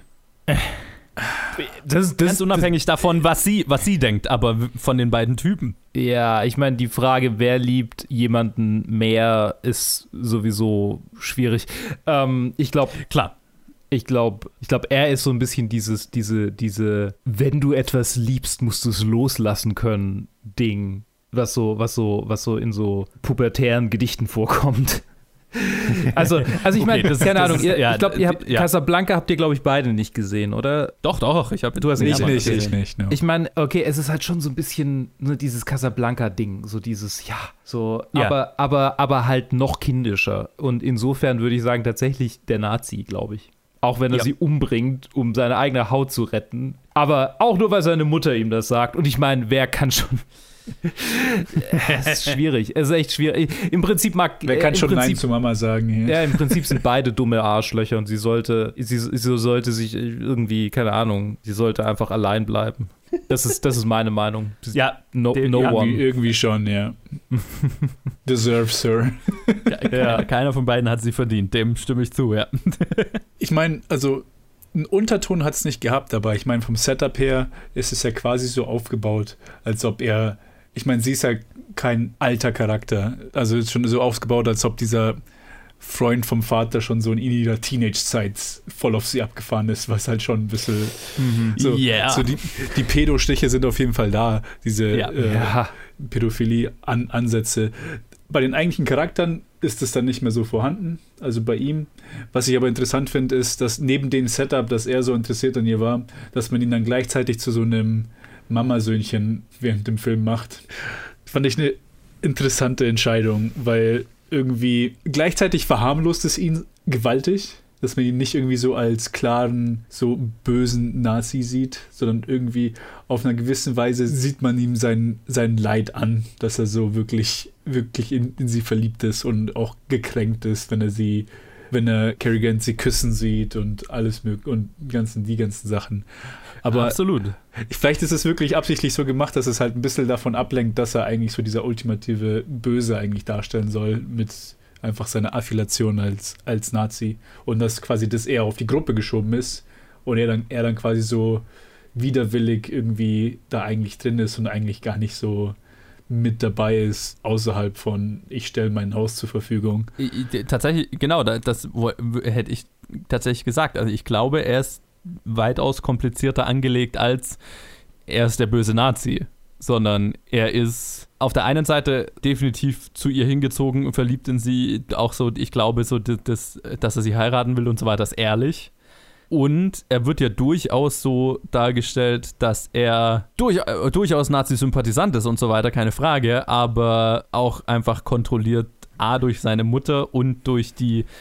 Das ganz unabhängig davon, was sie denkt, aber von den beiden Typen. Ja, ich meine, die Frage, wer liebt jemanden mehr, ist sowieso schwierig. Ich glaube, klar. Ich glaube, er ist so ein bisschen diese, wenn du etwas liebst, musst du es loslassen können, Ding, was so in so pubertären Gedichten vorkommt. Also ich meine, keine Ahnung, ich glaube, ihr habt Casablanca habt ihr, glaube ich, beide nicht gesehen, oder? Doch, du hast ihn nicht gesehen. No. Ich meine, okay, es ist halt schon so ein bisschen nur dieses Casablanca-Ding, so dieses, aber halt noch kindischer. Und insofern würde ich sagen, tatsächlich der Nazi, glaube ich. Auch wenn er sie umbringt, um seine eigene Haut zu retten. Aber auch nur, weil seine Mutter ihm das sagt. Und ich meine, wer kann schon... Es ist schwierig. Es ist echt schwierig. Im Prinzip wer kann schon Nein zu Mama sagen? Ja, im Prinzip sind beide dumme Arschlöcher und sie sollte sich irgendwie, keine Ahnung, sie sollte einfach allein bleiben. Das ist meine Meinung. Ja, no one. Irgendwie schon, ja. Deserves her. Ja, keiner von beiden hat sie verdient, dem stimme ich zu, ja. Ich meine, also einen Unterton hat es nicht gehabt, aber ich meine, vom Setup her ist es ja quasi so aufgebaut, als ob ich meine, sie ist ja kein alter Charakter. Also ist schon so aufgebaut, als ob dieser Freund vom Vater schon so in ihrer Teenage-Zeit voll auf sie abgefahren ist, was halt schon ein bisschen so die Pädostiche sind auf jeden Fall da, diese Pädophilie-Ansätze. Bei den eigentlichen Charakteren ist es dann nicht mehr so vorhanden, also bei ihm. Was ich aber interessant finde, ist, dass neben dem Setup, dass er so interessiert an ihr war, dass man ihn dann gleichzeitig zu so einem Mamasöhnchen während dem Film macht. Fand ich eine interessante Entscheidung, weil irgendwie gleichzeitig verharmlost es ihn gewaltig, dass man ihn nicht irgendwie so als klaren, so bösen Nazi sieht, sondern irgendwie auf einer gewissen Weise sieht man ihm sein Leid an, dass er so wirklich in sie verliebt ist und auch gekränkt ist, wenn er Cary Grant sie küssen sieht und alles mögliche und die ganzen Sachen. Aber absolut. Vielleicht ist es wirklich absichtlich so gemacht, dass es halt ein bisschen davon ablenkt, dass er eigentlich so dieser ultimative Böse eigentlich darstellen soll, mit einfach seiner Affiliation als Nazi. Und dass quasi das eher auf die Gruppe geschoben ist und er dann quasi so widerwillig irgendwie da eigentlich drin ist und eigentlich gar nicht so mit dabei ist, außerhalb von ich stelle mein Haus zur Verfügung. Tatsächlich, genau, das hätte ich tatsächlich gesagt. Also ich glaube, er ist weitaus komplizierter angelegt als er ist der böse Nazi, sondern er ist auf der einen Seite definitiv zu ihr hingezogen und verliebt in sie, auch so, ich glaube, so dass er sie heiraten will und so weiter, ist ehrlich. Und er wird ja durchaus so dargestellt, dass er durchaus Nazi-Sympathisant ist und so weiter, keine Frage, aber auch einfach kontrolliert, durch seine Mutter und durch die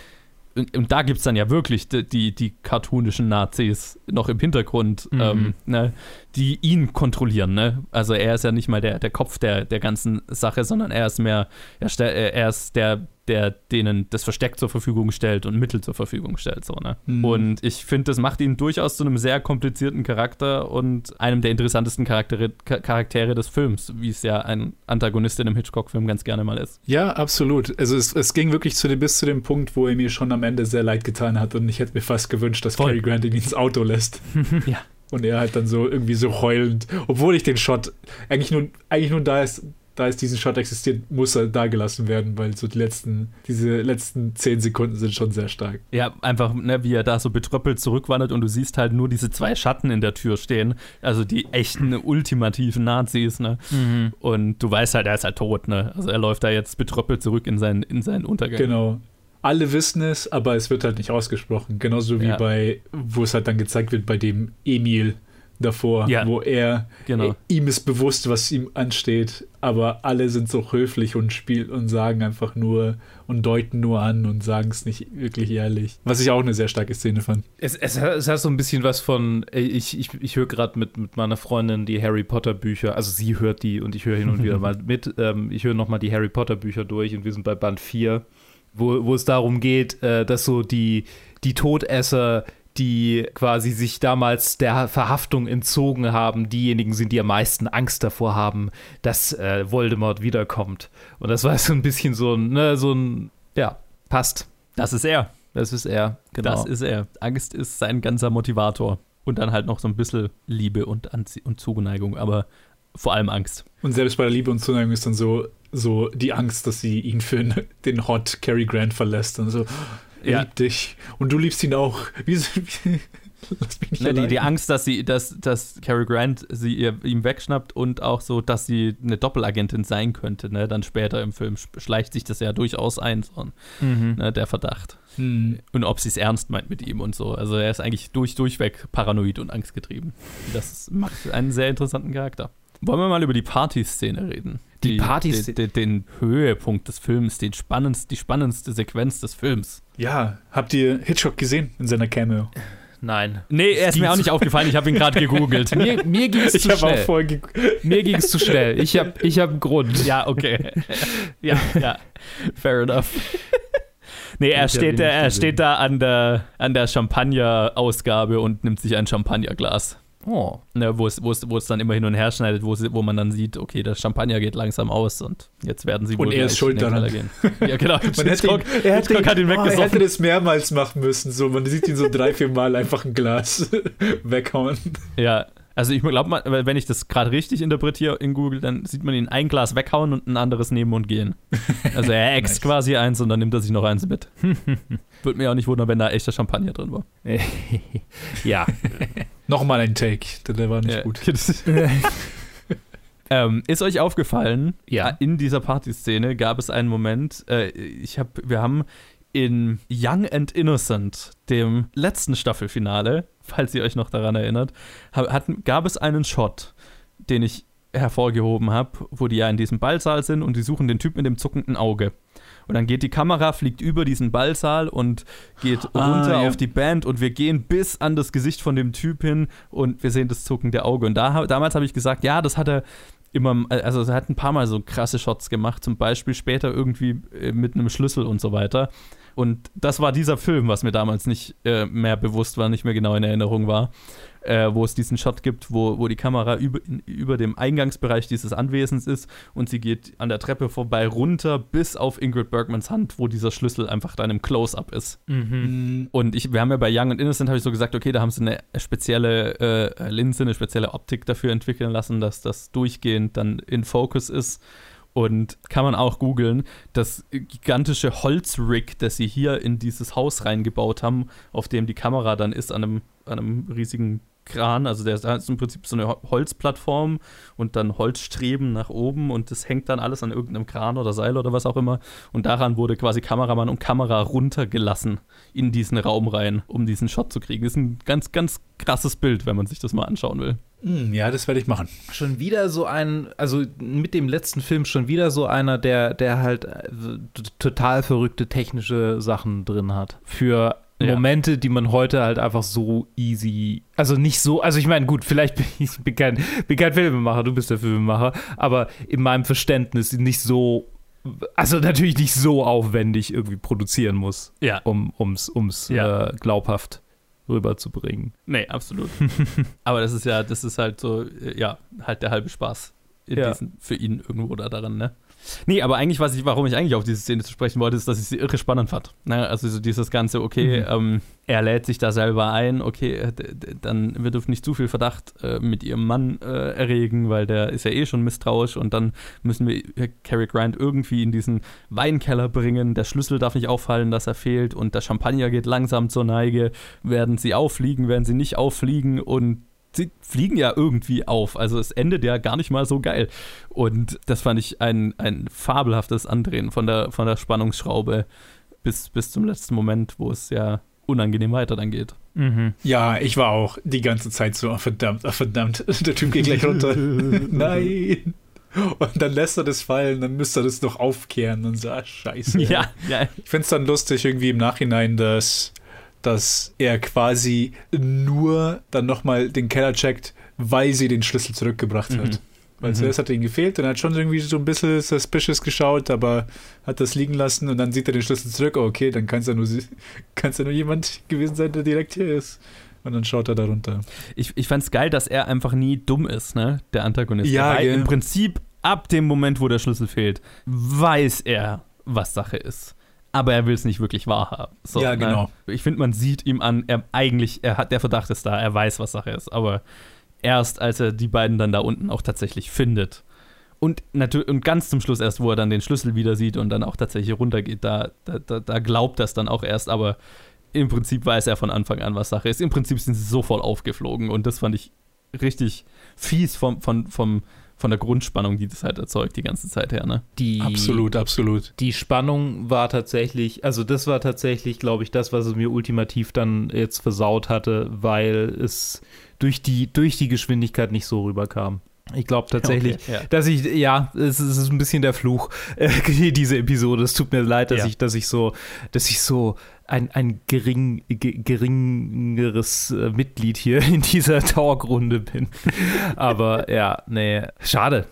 und da gibt es dann ja wirklich die cartoonischen Nazis noch im Hintergrund, ne, die ihn kontrollieren. Ne? Also er ist ja nicht mal der Kopf der ganzen Sache, sondern er ist mehr, er ist der denen das Versteck zur Verfügung stellt und Mittel zur Verfügung stellt. So, ne? Und ich finde, das macht ihn durchaus zu einem sehr komplizierten Charakter und einem der interessantesten Charaktere des Films, wie es ja ein Antagonist in einem Hitchcock-Film ganz gerne mal ist. Ja, absolut. Also es ging wirklich bis zu dem Punkt, wo er mir schon am Ende sehr leid getan hat und ich hätte mir fast gewünscht, dass Cary Grant ihn ins Auto lässt. Ja. Und er halt dann so irgendwie so heulend, obwohl ich den Shot eigentlich nur da es diesen Shot existiert, muss er da gelassen werden, weil so diese letzten 10 Sekunden sind schon sehr stark. Ja, einfach, ne, wie er da so betröppelt zurückwandert und du siehst halt nur diese 2 Schatten in der Tür stehen, also die echten ultimativen Nazis, ne? Und du weißt halt, er ist halt tot, ne? Also er läuft da jetzt betröppelt zurück in seinen Untergang. Genau. Alle wissen es, aber es wird halt nicht ausgesprochen. Genauso wie wo es halt dann gezeigt wird bei dem Emil davor, wo ihm ist bewusst, was ihm ansteht, aber alle sind so höflich und sagen einfach nur und deuten nur an und sagen es nicht wirklich ehrlich. Was ich auch eine sehr starke Szene fand. Es hat so ein bisschen was von, ich höre gerade mit meiner Freundin die Harry Potter Bücher, also sie hört die und ich höre hin und wieder mal mit. Ich höre nochmal die Harry Potter Bücher durch und wir sind bei Band 4, wo es darum geht, dass so die Todesser, die quasi sich damals der Verhaftung entzogen haben, diejenigen sind, die am meisten Angst davor haben, dass Voldemort wiederkommt. Und das war so ein bisschen passt. Das ist er. Das ist er, genau. Das ist er. Angst ist sein ganzer Motivator. Und dann halt noch so ein bisschen Liebe und Zuneigung, aber vor allem Angst. Und selbst bei der Liebe und Zuneigung ist dann so die Angst, dass sie ihn für den Hot Cary Grant verlässt und so. Er liebt dich. Und du liebst ihn auch. Lass mich nicht allein. Die Angst, dass Cary Grant sie ihm wegschnappt und auch so, dass sie eine Doppelagentin sein könnte. Ne? Dann später im Film schleicht sich das ja durchaus ein, so, ne, der Verdacht. Und ob sie es ernst meint mit ihm und so. Also er ist eigentlich durchweg paranoid und angstgetrieben. Das macht einen sehr interessanten Charakter. Wollen wir mal über die Partyszene reden? Die Partyszene? Den Höhepunkt des Films, die spannendste Sequenz des Films. Ja, habt ihr Hitchcock gesehen in seiner Cameo? Nein. Nee, er ist mir auch nicht aufgefallen, ich habe ihn gerade gegoogelt. Mir ging es zu schnell. Mir ging es zu schnell. Ich hab einen Grund. Ja, okay. Ja. Fair enough. Nee, er steht da an der Champagner-Ausgabe und nimmt sich ein Champagnerglas. Oh. Ne, wo es dann immer hin und her schneidet, wo man dann sieht, okay, das Champagner geht langsam aus und jetzt werden sie wohl und er ist schuld daran. Gehen. Ja, genau. Hitchcock hat ihn weggesoffen. Er hätte das mehrmals machen müssen. So, man sieht ihn so 3-4 Mal einfach ein Glas weghauen. Ja, also ich glaube, wenn ich das gerade richtig interpretiere in Google, dann sieht man ihn ein Glas weghauen und ein anderes nehmen und gehen. Also er äxt quasi eins und dann nimmt er sich noch eins mit. Würde mich auch nicht wundern, wenn da echter Champagner drin war. Ja. Nochmal ein Take, der war nicht gut. Ist euch aufgefallen, in dieser Partyszene gab es einen Moment, wir haben in Young and Innocent, dem letzten Staffelfinale, falls ihr euch noch daran erinnert, gab es einen Shot, den ich hervorgehoben habe, wo die ja in diesem Ballsaal sind und die suchen den Typ mit dem zuckenden Auge. Und dann geht die Kamera, fliegt über diesen Ballsaal und geht runter auf die Band und wir gehen bis an das Gesicht von dem Typ hin und wir sehen das zuckende Auge. Und damals habe ich gesagt, ja, das hat er immer, also er hat ein paar Mal so krasse Shots gemacht, zum Beispiel später irgendwie mit einem Schlüssel und so weiter. Und das war dieser Film, was mir damals nicht mehr bewusst war, nicht mehr genau in Erinnerung war, wo es diesen Shot gibt, wo die Kamera über dem Eingangsbereich dieses Anwesens ist und sie geht an der Treppe vorbei runter bis auf Ingrid Bergmans Hand, wo dieser Schlüssel einfach dann im Close-Up ist. Und wir haben ja bei Young and Innocent, habe ich so gesagt, okay, da haben sie eine spezielle Linse, eine spezielle Optik dafür entwickeln lassen, dass das durchgehend dann in Focus ist. Und kann man auch googeln, das gigantische Holzrig, das sie hier in dieses Haus reingebaut haben, auf dem die Kamera dann ist, an einem riesigen Kran, also der ist im Prinzip so eine Holzplattform und dann Holzstreben nach oben und das hängt dann alles an irgendeinem Kran oder Seil oder was auch immer und daran wurde quasi Kameramann und Kamera runtergelassen in diesen Raum rein, um diesen Shot zu kriegen. Das ist ein ganz, ganz krasses Bild, wenn man sich das mal anschauen will. Ja, das werde ich machen. Schon wieder so also mit dem letzten Film schon wieder so einer, der halt total verrückte technische Sachen drin hat. Für Momente, die man heute halt einfach so easy, also nicht so, also ich meine, gut, vielleicht bin kein Filmemacher, du bist der Filmemacher, aber in meinem Verständnis nicht so, also natürlich nicht so aufwendig irgendwie produzieren muss, um's glaubhaft rüberzubringen. Nee, absolut. Aber das ist halt so, halt der halbe Spaß für ihn irgendwo daran, ne? Nee, aber eigentlich, warum ich eigentlich auf diese Szene zu sprechen wollte, ist, dass ich sie irre spannend fand. Ne? Also so dieses Ganze, okay, er lädt sich da selber ein, okay, dann wir dürfen nicht zu viel Verdacht mit ihrem Mann erregen, weil der ist ja eh schon misstrauisch und dann müssen wir Cary Grant irgendwie in diesen Weinkeller bringen, der Schlüssel darf nicht auffallen, dass er fehlt und der Champagner geht langsam zur Neige, werden sie auffliegen, werden sie nicht auffliegen und sie fliegen ja irgendwie auf, also es endet ja gar nicht mal so geil. Und das fand ich ein fabelhaftes Andrehen von der Spannungsschraube bis zum letzten Moment, wo es ja unangenehm weiter dann geht. Mhm. Ja, ich war auch die ganze Zeit so, verdammt, der Typ geht gleich runter. Nein! Und dann lässt er das fallen, dann müsste er das noch aufkehren und so, scheiße. Ja. Ich finde es dann lustig irgendwie im Nachhinein, dass er quasi nur dann nochmal den Keller checkt, weil sie den Schlüssel zurückgebracht hat. Weil zuerst hat er ihn gefehlt und er hat schon irgendwie so ein bisschen suspicious geschaut, aber hat das liegen lassen und dann sieht er den Schlüssel zurück. Oh, okay, dann kann es ja nur jemand gewesen sein, der direkt hier ist. Und dann schaut er da runter. Ich fand's geil, dass er einfach nie dumm ist, ne? Der Antagonist. Ja, weil im Prinzip ab dem Moment, wo der Schlüssel fehlt, weiß er, was Sache ist. Aber er will es nicht wirklich wahrhaben. So, ja, genau. Ne? Ich finde, man sieht ihm an, der Verdacht ist da, er weiß, was Sache ist. Aber erst, als er die beiden dann da unten auch tatsächlich findet und ganz zum Schluss erst, wo er dann den Schlüssel wieder sieht und dann auch tatsächlich runtergeht, da glaubt das dann auch erst. Aber im Prinzip weiß er von Anfang an, was Sache ist. Im Prinzip sind sie so voll aufgeflogen und das fand ich richtig fies von der Grundspannung, die das halt erzeugt, die ganze Zeit her, ne? Absolut. Die Spannung war tatsächlich, also das war tatsächlich, glaube ich, das, was es mir ultimativ dann jetzt versaut hatte, weil es durch die Geschwindigkeit nicht so rüberkam. Ich glaube tatsächlich, dass es ist ein bisschen der Fluch, diese Episode. Es tut mir leid, dass ich so ein geringeres Mitglied hier in dieser Talkrunde bin. Aber schade.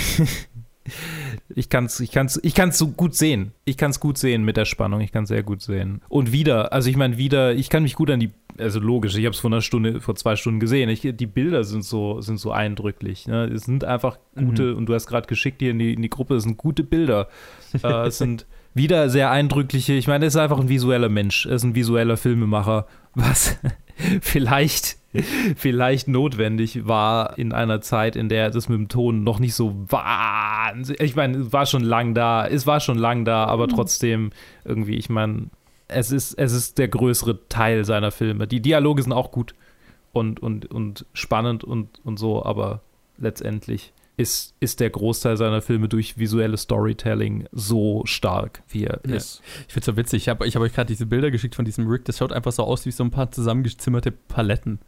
Ich kann's so gut sehen. Ich kann es gut sehen mit der Spannung. Ich kann es sehr gut sehen. Und ich kann mich gut an also logisch, ich habe es vor 2 Stunden gesehen. Die Bilder sind so eindrücklich. Ne? Es sind einfach gute, und du hast gerade geschickt hier in die Gruppe, es sind gute Bilder. Es sind wieder sehr eindrückliche, ich meine, er ist einfach ein visueller Mensch, er ist ein visueller Filmemacher, was vielleicht notwendig war in einer Zeit, in der das mit dem Ton noch nicht so wahnsinnig, ich meine, es war schon lang da, aber trotzdem irgendwie, ich meine, es ist der größere Teil seiner Filme. Die Dialoge sind auch gut und spannend und so, aber letztendlich ist der Großteil seiner Filme durch visuelles Storytelling so stark, wie er ist. Ich finde es so witzig. Ich hab euch gerade diese Bilder geschickt von diesem Rick. Das schaut einfach so aus wie so ein paar zusammengezimmerte Paletten.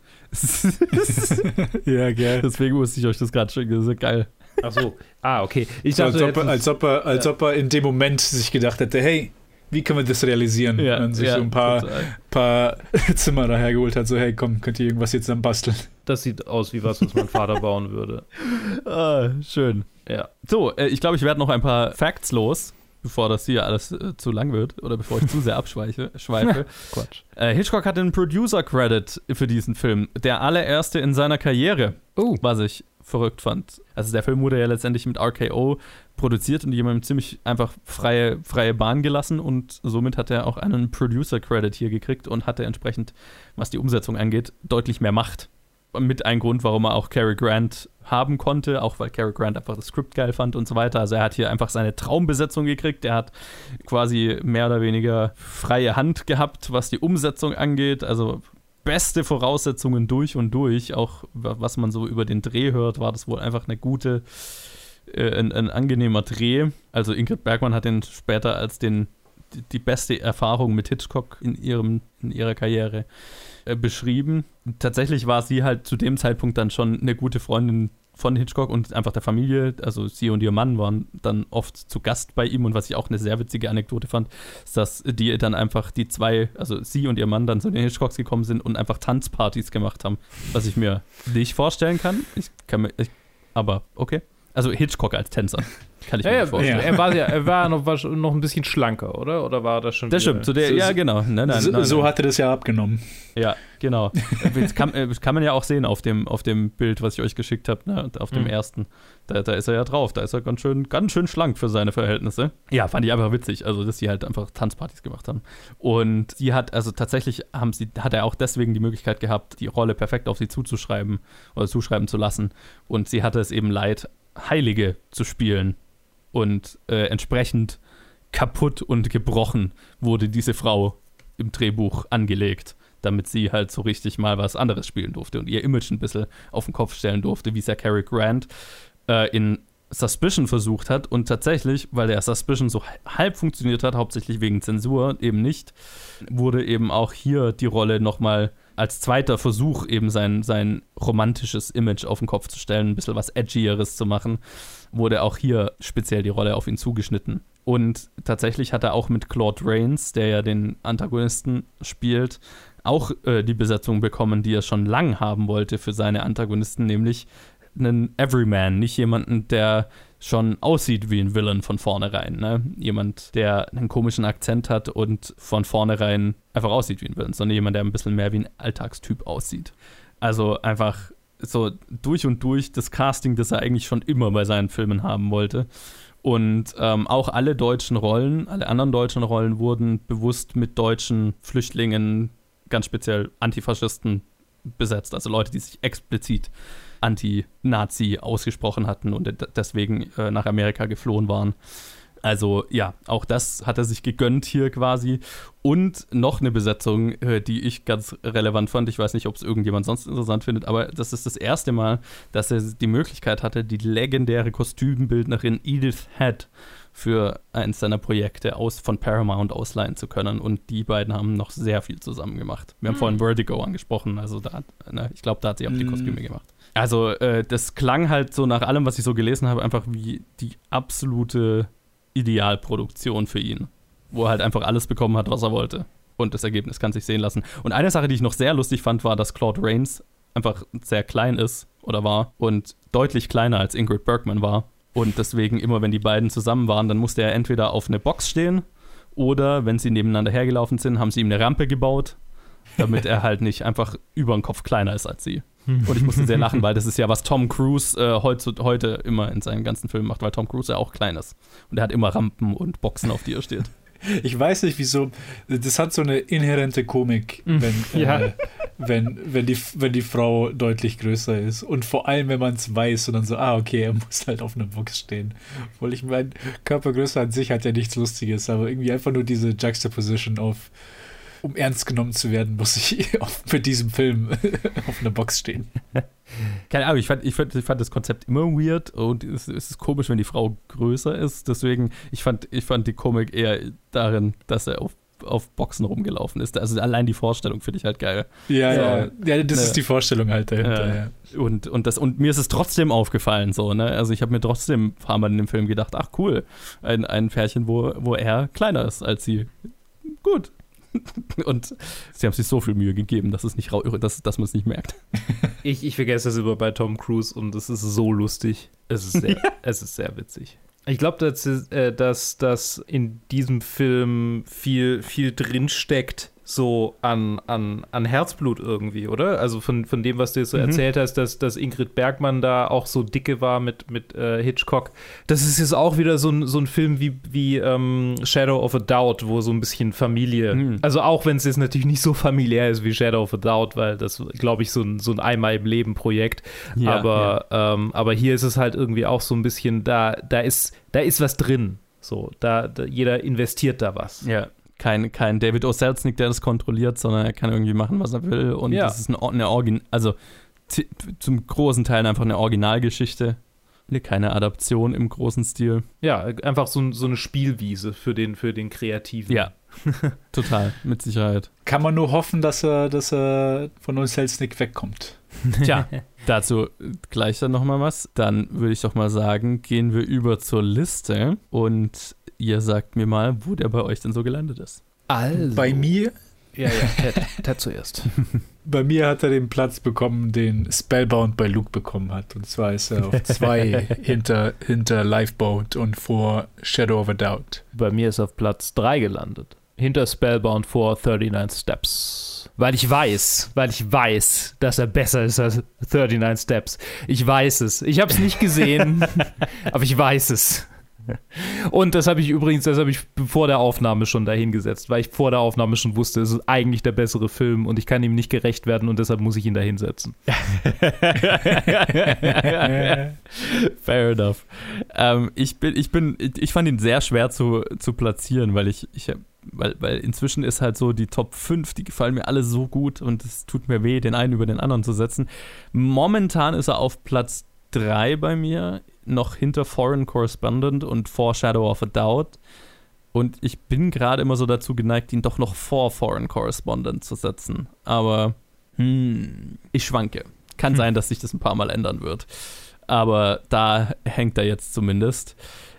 Ja, geil. Deswegen musste ich euch das gerade schicken. Das ist ja geil. Ach so. Okay. Ich dachte, als ob er in dem Moment sich gedacht hätte, hey, wie können wir das realisieren? Ja, und sich so ein paar Zimmer dahergeholt hat, so, hey, komm, könnt ihr irgendwas jetzt dann basteln? Das sieht aus wie was mein Vater bauen würde. Schön. Ja. So, ich glaube, ich werde noch ein paar Facts los, bevor das hier alles zu lang wird oder bevor ich zu sehr abschweife. Quatsch. Hitchcock hat den Producer-Credit für diesen Film. Der allererste in seiner Karriere, was ich verrückt fand. Also der Film wurde ja letztendlich mit RKO produziert und jemandem ziemlich einfach freie Bahn gelassen und somit hat er auch einen Producer-Credit hier gekriegt und hatte entsprechend, was die Umsetzung angeht, deutlich mehr Macht. Mit ein Grund, warum er auch Cary Grant haben konnte, auch weil Cary Grant einfach das Skript geil fand und so weiter. Also er hat hier einfach seine Traumbesetzung gekriegt. Er hat quasi mehr oder weniger freie Hand gehabt, was die Umsetzung angeht. Also beste Voraussetzungen durch und durch. Auch was man so über den Dreh hört, war das wohl einfach ein angenehmer Dreh. Also Ingrid Bergman hat den später als die beste Erfahrung mit Hitchcock in ihrer Karriere beschrieben. Tatsächlich war sie halt zu dem Zeitpunkt dann schon eine gute Freundin von Hitchcock und einfach der Familie. Also sie und ihr Mann waren dann oft zu Gast bei ihm, und was ich auch eine sehr witzige Anekdote fand, ist, dass die dann einfach also sie und ihr Mann dann zu den Hitchcocks gekommen sind und einfach Tanzpartys gemacht haben, was ich mir nicht vorstellen kann. Aber okay. Also Hitchcock als Tänzer. Kann ich mir nicht vorstellen. Er war noch ein bisschen schlanker, oder? Oder war das schon? Das stimmt, ja, genau. Nein. So hat er das ja abgenommen. Ja, genau. Das kann man ja auch sehen auf dem Bild, was ich euch geschickt habe, ne? Auf dem ersten. Da ist er ja drauf. Da ist er ganz schön schlank für seine Verhältnisse. Ja, fand ich einfach witzig, also dass sie halt einfach Tanzpartys gemacht haben. Und sie hat, also tatsächlich hat er auch deswegen die Möglichkeit gehabt, die Rolle perfekt auf sie zuzuschreiben oder zuschreiben zu lassen. Und sie hatte es eben leid, Heilige zu spielen. Und entsprechend kaputt und gebrochen wurde diese Frau im Drehbuch angelegt, damit sie halt so richtig mal was anderes spielen durfte und ihr Image ein bisschen auf den Kopf stellen durfte, wie es ja Cary Grant in Suspicion versucht hat. Und tatsächlich, weil der Suspicion so halb funktioniert hat, hauptsächlich wegen Zensur eben nicht, wurde eben auch hier die Rolle nochmal als zweiter Versuch, eben sein romantisches Image auf den Kopf zu stellen, ein bisschen was Edgieres zu machen, wurde auch hier speziell die Rolle auf ihn zugeschnitten. Und tatsächlich hat er auch mit Claude Rains, der ja den Antagonisten spielt, auch die Besetzung bekommen, die er schon lang haben wollte für seine Antagonisten, nämlich einen Everyman, nicht jemanden, der schon aussieht wie ein Villain von vornherein. Ne? Jemand, der einen komischen Akzent hat und von vornherein einfach aussieht wie ein Villain, sondern jemand, der ein bisschen mehr wie ein Alltagstyp aussieht. Also einfach so durch und durch das Casting, das er eigentlich schon immer bei seinen Filmen haben wollte. Und auch alle anderen deutschen Rollen wurden bewusst mit deutschen Flüchtlingen, ganz speziell Antifaschisten, besetzt. Also Leute, die sich explizit Anti-Nazi ausgesprochen hatten und deswegen nach Amerika geflohen waren. Also ja, auch das hat er sich gegönnt hier quasi. Und noch eine Besetzung, die ich ganz relevant fand. Ich weiß nicht, ob es irgendjemand sonst interessant findet, aber das ist das erste Mal, dass er die Möglichkeit hatte, die legendäre Kostümbildnerin Edith Head für eins seiner Projekte von Paramount ausleihen zu können. Und die beiden haben noch sehr viel zusammen gemacht. Wir haben vorhin Vertigo angesprochen, also ich glaube, da hat sie auch die Kostüme gemacht. Also das klang halt so nach allem, was ich so gelesen habe, einfach wie die absolute Idealproduktion für ihn, wo er halt einfach alles bekommen hat, was er wollte. Und das Ergebnis kann sich sehen lassen. Und eine Sache, die ich noch sehr lustig fand, war, dass Claude Rains einfach sehr klein ist oder war und deutlich kleiner als Ingrid Bergman war. Und deswegen immer, wenn die beiden zusammen waren, dann musste er entweder auf eine Box stehen oder, wenn sie nebeneinander hergelaufen sind, haben sie ihm eine Rampe gebaut, damit er halt nicht einfach über den Kopf kleiner ist als sie. Und ich musste sehr lachen, weil das ist ja, was Tom Cruise heute immer in seinen ganzen Filmen macht, weil Tom Cruise ja auch klein ist. Und er hat immer Rampen und Boxen, auf die er steht. Ich weiß nicht, wieso. Das hat so eine inhärente Komik, wenn die Frau deutlich größer ist. Und vor allem, wenn man es weiß und dann so, okay, er muss halt auf einer Box stehen. Obwohl ich meine, Körpergröße an sich hat ja nichts Lustiges, aber irgendwie einfach nur diese Juxtaposition um ernst genommen zu werden, muss ich mit diesem Film auf einer Box stehen. Keine Ahnung, ich fand das Konzept immer weird und es ist komisch, wenn die Frau größer ist. Deswegen, ich fand die Komik eher darin, dass er auf Boxen rumgelaufen ist. Also allein die Vorstellung finde ich halt geil. Ja, das ist die Vorstellung halt dahinter. Ja. Und mir ist es trotzdem aufgefallen, so, ne? Also ich habe mir trotzdem ein paar Mal in dem Film gedacht, ach cool, ein Pärchen, wo er kleiner ist als sie. Gut. Und sie haben sich so viel Mühe gegeben, dass dass man es nicht merkt. Ich vergesse das immer bei Tom Cruise und es ist so lustig. Es ist sehr witzig. Ich glaube, dass in diesem Film viel drinsteckt, so an Herzblut irgendwie, oder? Also von dem, was du jetzt so erzählt hast, dass Ingrid Bergman da auch so dicke war mit Hitchcock. Das ist jetzt auch wieder so ein Film wie Shadow of a Doubt, wo so ein bisschen Familie, also auch wenn es jetzt natürlich nicht so familiär ist wie Shadow of a Doubt, weil das, glaube ich, so ein Einmal im Leben Projekt, aber hier ist es halt irgendwie auch so ein bisschen, da ist was drin, so, da jeder investiert da was. Ja. kein David O. Selznick, der das kontrolliert, sondern er kann irgendwie machen, was er will. Und das ist zum großen Teil einfach eine Originalgeschichte. Keine Adaption im großen Stil. Ja, einfach so eine Spielwiese für den Kreativen. Ja, total, mit Sicherheit. Kann man nur hoffen, dass er von uns Selznick wegkommt. Tja, dazu gleich dann nochmal was. Dann würde ich doch mal sagen, gehen wir über zur Liste und ihr sagt mir mal, wo der bei euch denn so gelandet ist. Also. Bei mir? Ja, Ted zuerst. Bei mir hat er den Platz bekommen, den Spellbound bei Luke bekommen hat. Und zwar ist er auf 2 hinter Lifeboat und vor Shadow of a Doubt. Bei mir ist er auf Platz 3 gelandet. Hinter Spellbound vor 39 Steps. Weil ich weiß, dass er besser ist als 39 Steps. Ich weiß es. Ich habe es nicht gesehen, aber ich weiß es. Und das habe ich vor der Aufnahme schon dahingesetzt, weil ich vor der Aufnahme schon wusste, es ist eigentlich der bessere Film und ich kann ihm nicht gerecht werden und deshalb muss ich ihn da hinsetzen. Fair enough. Ich fand ihn sehr schwer zu platzieren, weil weil inzwischen ist halt so die Top 5, die gefallen mir alle so gut und es tut mir weh, den einen über den anderen zu setzen. Momentan ist er auf Platz 3 bei mir, noch hinter Foreign Correspondent und vor Shadow of a Doubt. Und ich bin gerade immer so dazu geneigt, ihn doch noch vor Foreign Correspondent zu setzen. Aber ich schwanke. Kann sein, dass sich das ein paar Mal ändern wird. Aber da hängt er jetzt zumindest.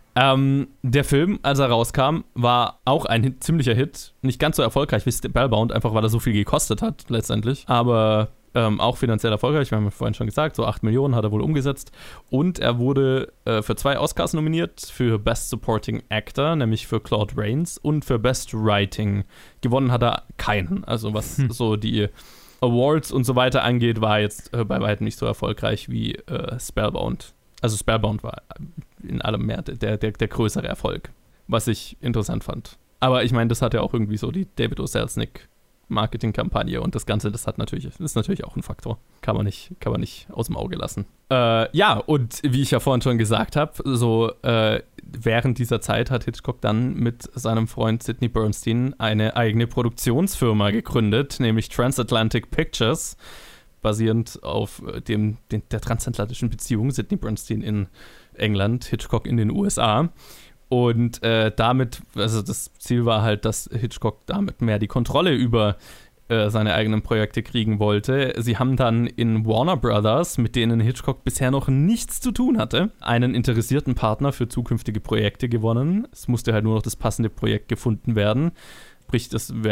Der Film, als er rauskam, war auch ein ziemlicher Hit. Nicht ganz so erfolgreich wie Spellbound, einfach weil er so viel gekostet hat, letztendlich. Aber auch finanziell erfolgreich, wir haben ja vorhin schon gesagt, so 8 Millionen hat er wohl umgesetzt. Und er wurde für 2 Oscars nominiert, für Best Supporting Actor, nämlich für Claude Rains, und für Best Writing. Gewonnen hat er keinen. Also was so die Awards und so weiter angeht, war jetzt bei weitem nicht so erfolgreich wie Spellbound. Also Spellbound war in allem mehr der größere Erfolg, was ich interessant fand. Aber ich meine, das hat ja auch irgendwie so die David O. Selznick Marketingkampagne und das Ganze, das ist natürlich auch ein Faktor. Kann man nicht aus dem Auge lassen. Ja, und wie ich ja vorhin schon gesagt habe, so während dieser Zeit hat Hitchcock dann mit seinem Freund Sidney Bernstein eine eigene Produktionsfirma gegründet, nämlich Transatlantic Pictures, basierend auf der transatlantischen Beziehung, Sidney Bernstein in England, Hitchcock in den USA. Und damit, also das Ziel war halt, dass Hitchcock damit mehr die Kontrolle über seine eigenen Projekte kriegen wollte. Sie haben dann in Warner Brothers, mit denen Hitchcock bisher noch nichts zu tun hatte, einen interessierten Partner für zukünftige Projekte gewonnen. Es musste halt nur noch das passende Projekt gefunden werden. Sprich,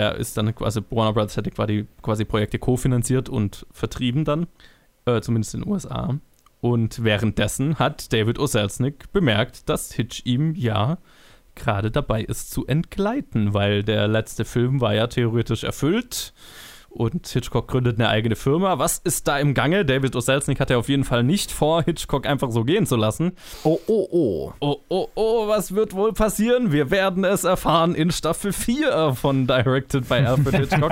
Warner Brothers hätte quasi Projekte kofinanziert und vertrieben dann, zumindest in den USA. Und währenddessen hat David O. Selznick bemerkt, dass Hitch ihm ja gerade dabei ist zu entgleiten, weil der letzte Film war ja theoretisch erfüllt und Hitchcock gründet eine eigene Firma. Was ist da im Gange? David O. Selznick hat ja auf jeden Fall nicht vor, Hitchcock einfach so gehen zu lassen. Oh, was wird wohl passieren? Wir werden es erfahren in Staffel 4 von Directed by Alfred Hitchcock.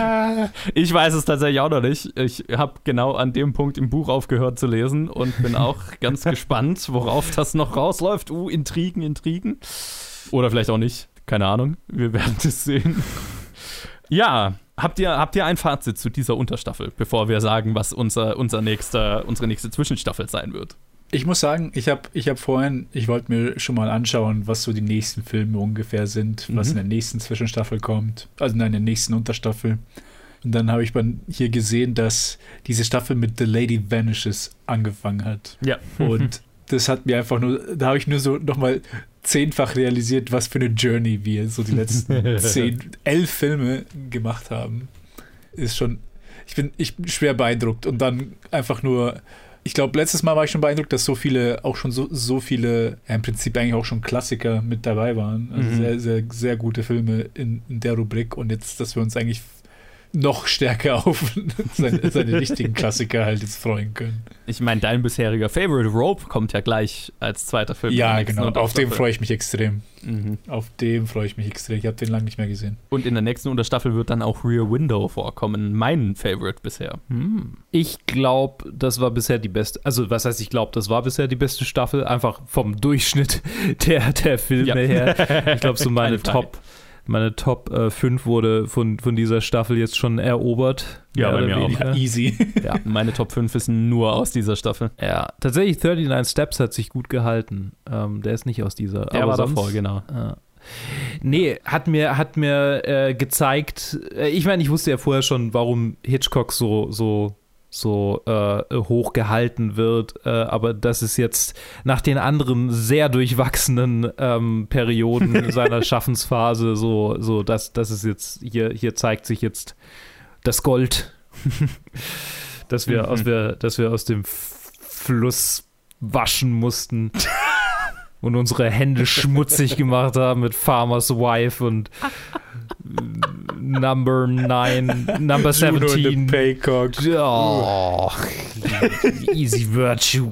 Ich weiß es tatsächlich auch noch nicht. Ich habe genau an dem Punkt im Buch aufgehört zu lesen und bin auch ganz gespannt, worauf das noch rausläuft. Intrigen. Oder vielleicht auch nicht. Keine Ahnung. Wir werden es sehen. Ja, habt ihr ein Fazit zu dieser Unterstaffel, bevor wir sagen, was unsere nächste Zwischenstaffel sein wird? Ich muss sagen, ich wollte mir schon mal anschauen, was so die nächsten Filme ungefähr sind, was in der nächsten Zwischenstaffel kommt, also in der nächsten Unterstaffel. Und dann habe ich hier gesehen, dass diese Staffel mit The Lady Vanishes angefangen hat. Ja. Und das hat mir einfach da habe ich nur so nochmal 10-fach realisiert, was für eine Journey wir so die letzten 11 Filme gemacht haben. Ist schon, ich bin schwer beeindruckt und dann einfach nur, ich glaube, letztes Mal war ich schon beeindruckt, dass so viele, ja, im Prinzip eigentlich auch schon Klassiker mit dabei waren. Also sehr, sehr, sehr gute Filme in der Rubrik und jetzt, dass wir uns eigentlich noch stärker auf seine richtigen Klassiker halt jetzt freuen können. Ich meine, dein bisheriger Favorite, Rope, kommt ja gleich als zweiter Film. Ja, genau. Auf den freue ich mich extrem. Auf den freue ich mich extrem. Ich habe den lange nicht mehr gesehen. Und in der nächsten Unterstaffel wird dann auch Rear Window vorkommen. Mein Favorite bisher. Ich glaube, das war bisher die beste, also was heißt ich glaube, das war bisher die beste Staffel, einfach vom Durchschnitt der Filme her. Ich glaube, so meine Meine Top 5 wurde von dieser Staffel jetzt schon erobert. Ja, bei mir auch. Easy. Ja, meine Top 5 ist nur aus dieser Staffel. Ja, tatsächlich 39 Steps hat sich gut gehalten. Der ist nicht aus dieser. Der war davor, genau. Nee, hat mir gezeigt, ich meine, ich wusste ja vorher schon, warum Hitchcock so hoch gehalten wird, aber das ist jetzt nach den anderen sehr durchwachsenen Perioden seiner Schaffensphase so das ist jetzt, hier zeigt sich jetzt das Gold, dass wir aus dem Fluss waschen mussten und unsere Hände schmutzig gemacht haben mit Farmer's Wife und Number 17. Paycock. Oh, easy virtue.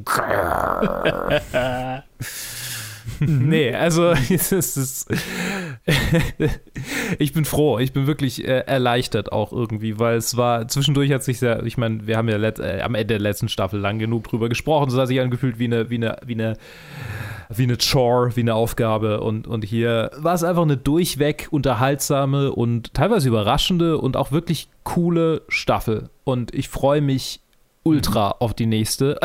Nee, also ich bin froh, ich bin wirklich erleichtert auch irgendwie, weil es war, zwischendurch hat sich sehr, ich meine, wir haben ja am Ende der letzten Staffel lang genug drüber gesprochen, so hat sich angefühlt wie eine Chore, wie eine Aufgabe und hier war es einfach eine durchweg unterhaltsame und teilweise überraschende und auch wirklich coole Staffel und ich freue mich ultra auf die nächste,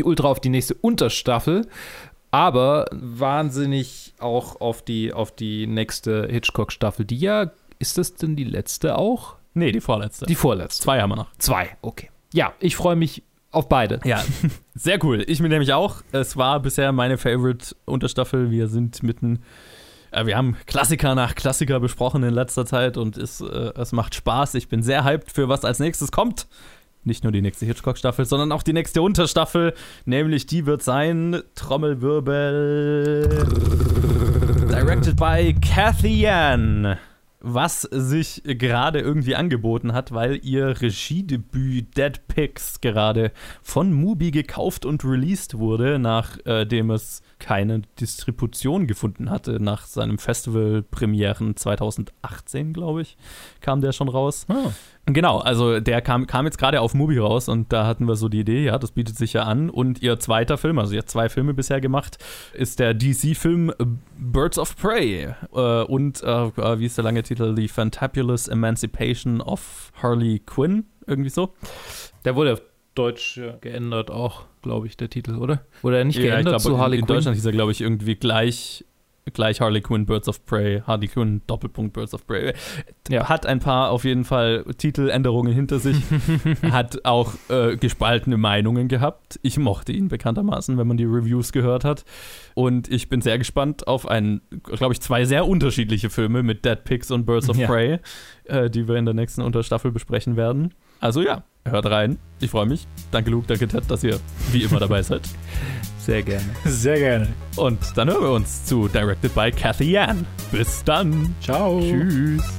Unterstaffel, aber wahnsinnig auch auf die nächste Hitchcock-Staffel, die ja, ist das denn die letzte auch? Nee, die vorletzte. Die vorletzte. 2 haben wir noch. 2, okay. Ja, ich freue mich auf beide. Ja, sehr cool. Ich bin nämlich auch. Es war bisher meine Favorite-Unterstaffel. Wir sind wir haben Klassiker nach Klassiker besprochen in letzter Zeit und es macht Spaß. Ich bin sehr hyped für was als nächstes kommt. Nicht nur die nächste Hitchcock-Staffel, sondern auch die nächste Unterstaffel. Nämlich die wird sein, Trommelwirbel, directed by Cathy Yan. Was sich gerade irgendwie angeboten hat, weil ihr Regiedebüt Dead Pigs gerade von Mubi gekauft und released wurde, nachdem es keine Distribution gefunden hatte. Nach seinem Festival-Premieren 2018, glaube ich, kam der schon raus. Oh. Genau, also der kam jetzt gerade auf Mubi raus und da hatten wir so die Idee, ja, das bietet sich ja an. Und ihr zweiter Film, also ihr habt 2 Filme bisher gemacht, ist der DC-Film Birds of Prey und wie ist der lange Titel? The Fantabulous Emancipation of Harley Quinn, irgendwie so. Der wurde auf Deutsch geändert auch, glaube ich, der Titel, oder? Wurde er nicht geändert ich glaub, zu Harley Quinn? In Deutschland hieß er, glaube ich, irgendwie gleich Harley Quinn, Birds of Prey, Harley Quinn, Doppelpunkt, Birds of Prey. Ja. Hat ein paar auf jeden Fall Titeländerungen hinter sich. Hat auch gespaltene Meinungen gehabt. Ich mochte ihn bekanntermaßen, wenn man die Reviews gehört hat. Und ich bin sehr gespannt auf glaube ich, 2 sehr unterschiedliche Filme mit Dead Pigs und Birds of Prey, die wir in der nächsten Unterstaffel besprechen werden. Also ja, hört rein. Ich freue mich. Danke Luke, danke Ted, dass ihr wie immer dabei seid. Sehr gerne. Sehr gerne. Und dann hören wir uns zu Directed by Cathy Yan. Bis dann. Ciao. Tschüss.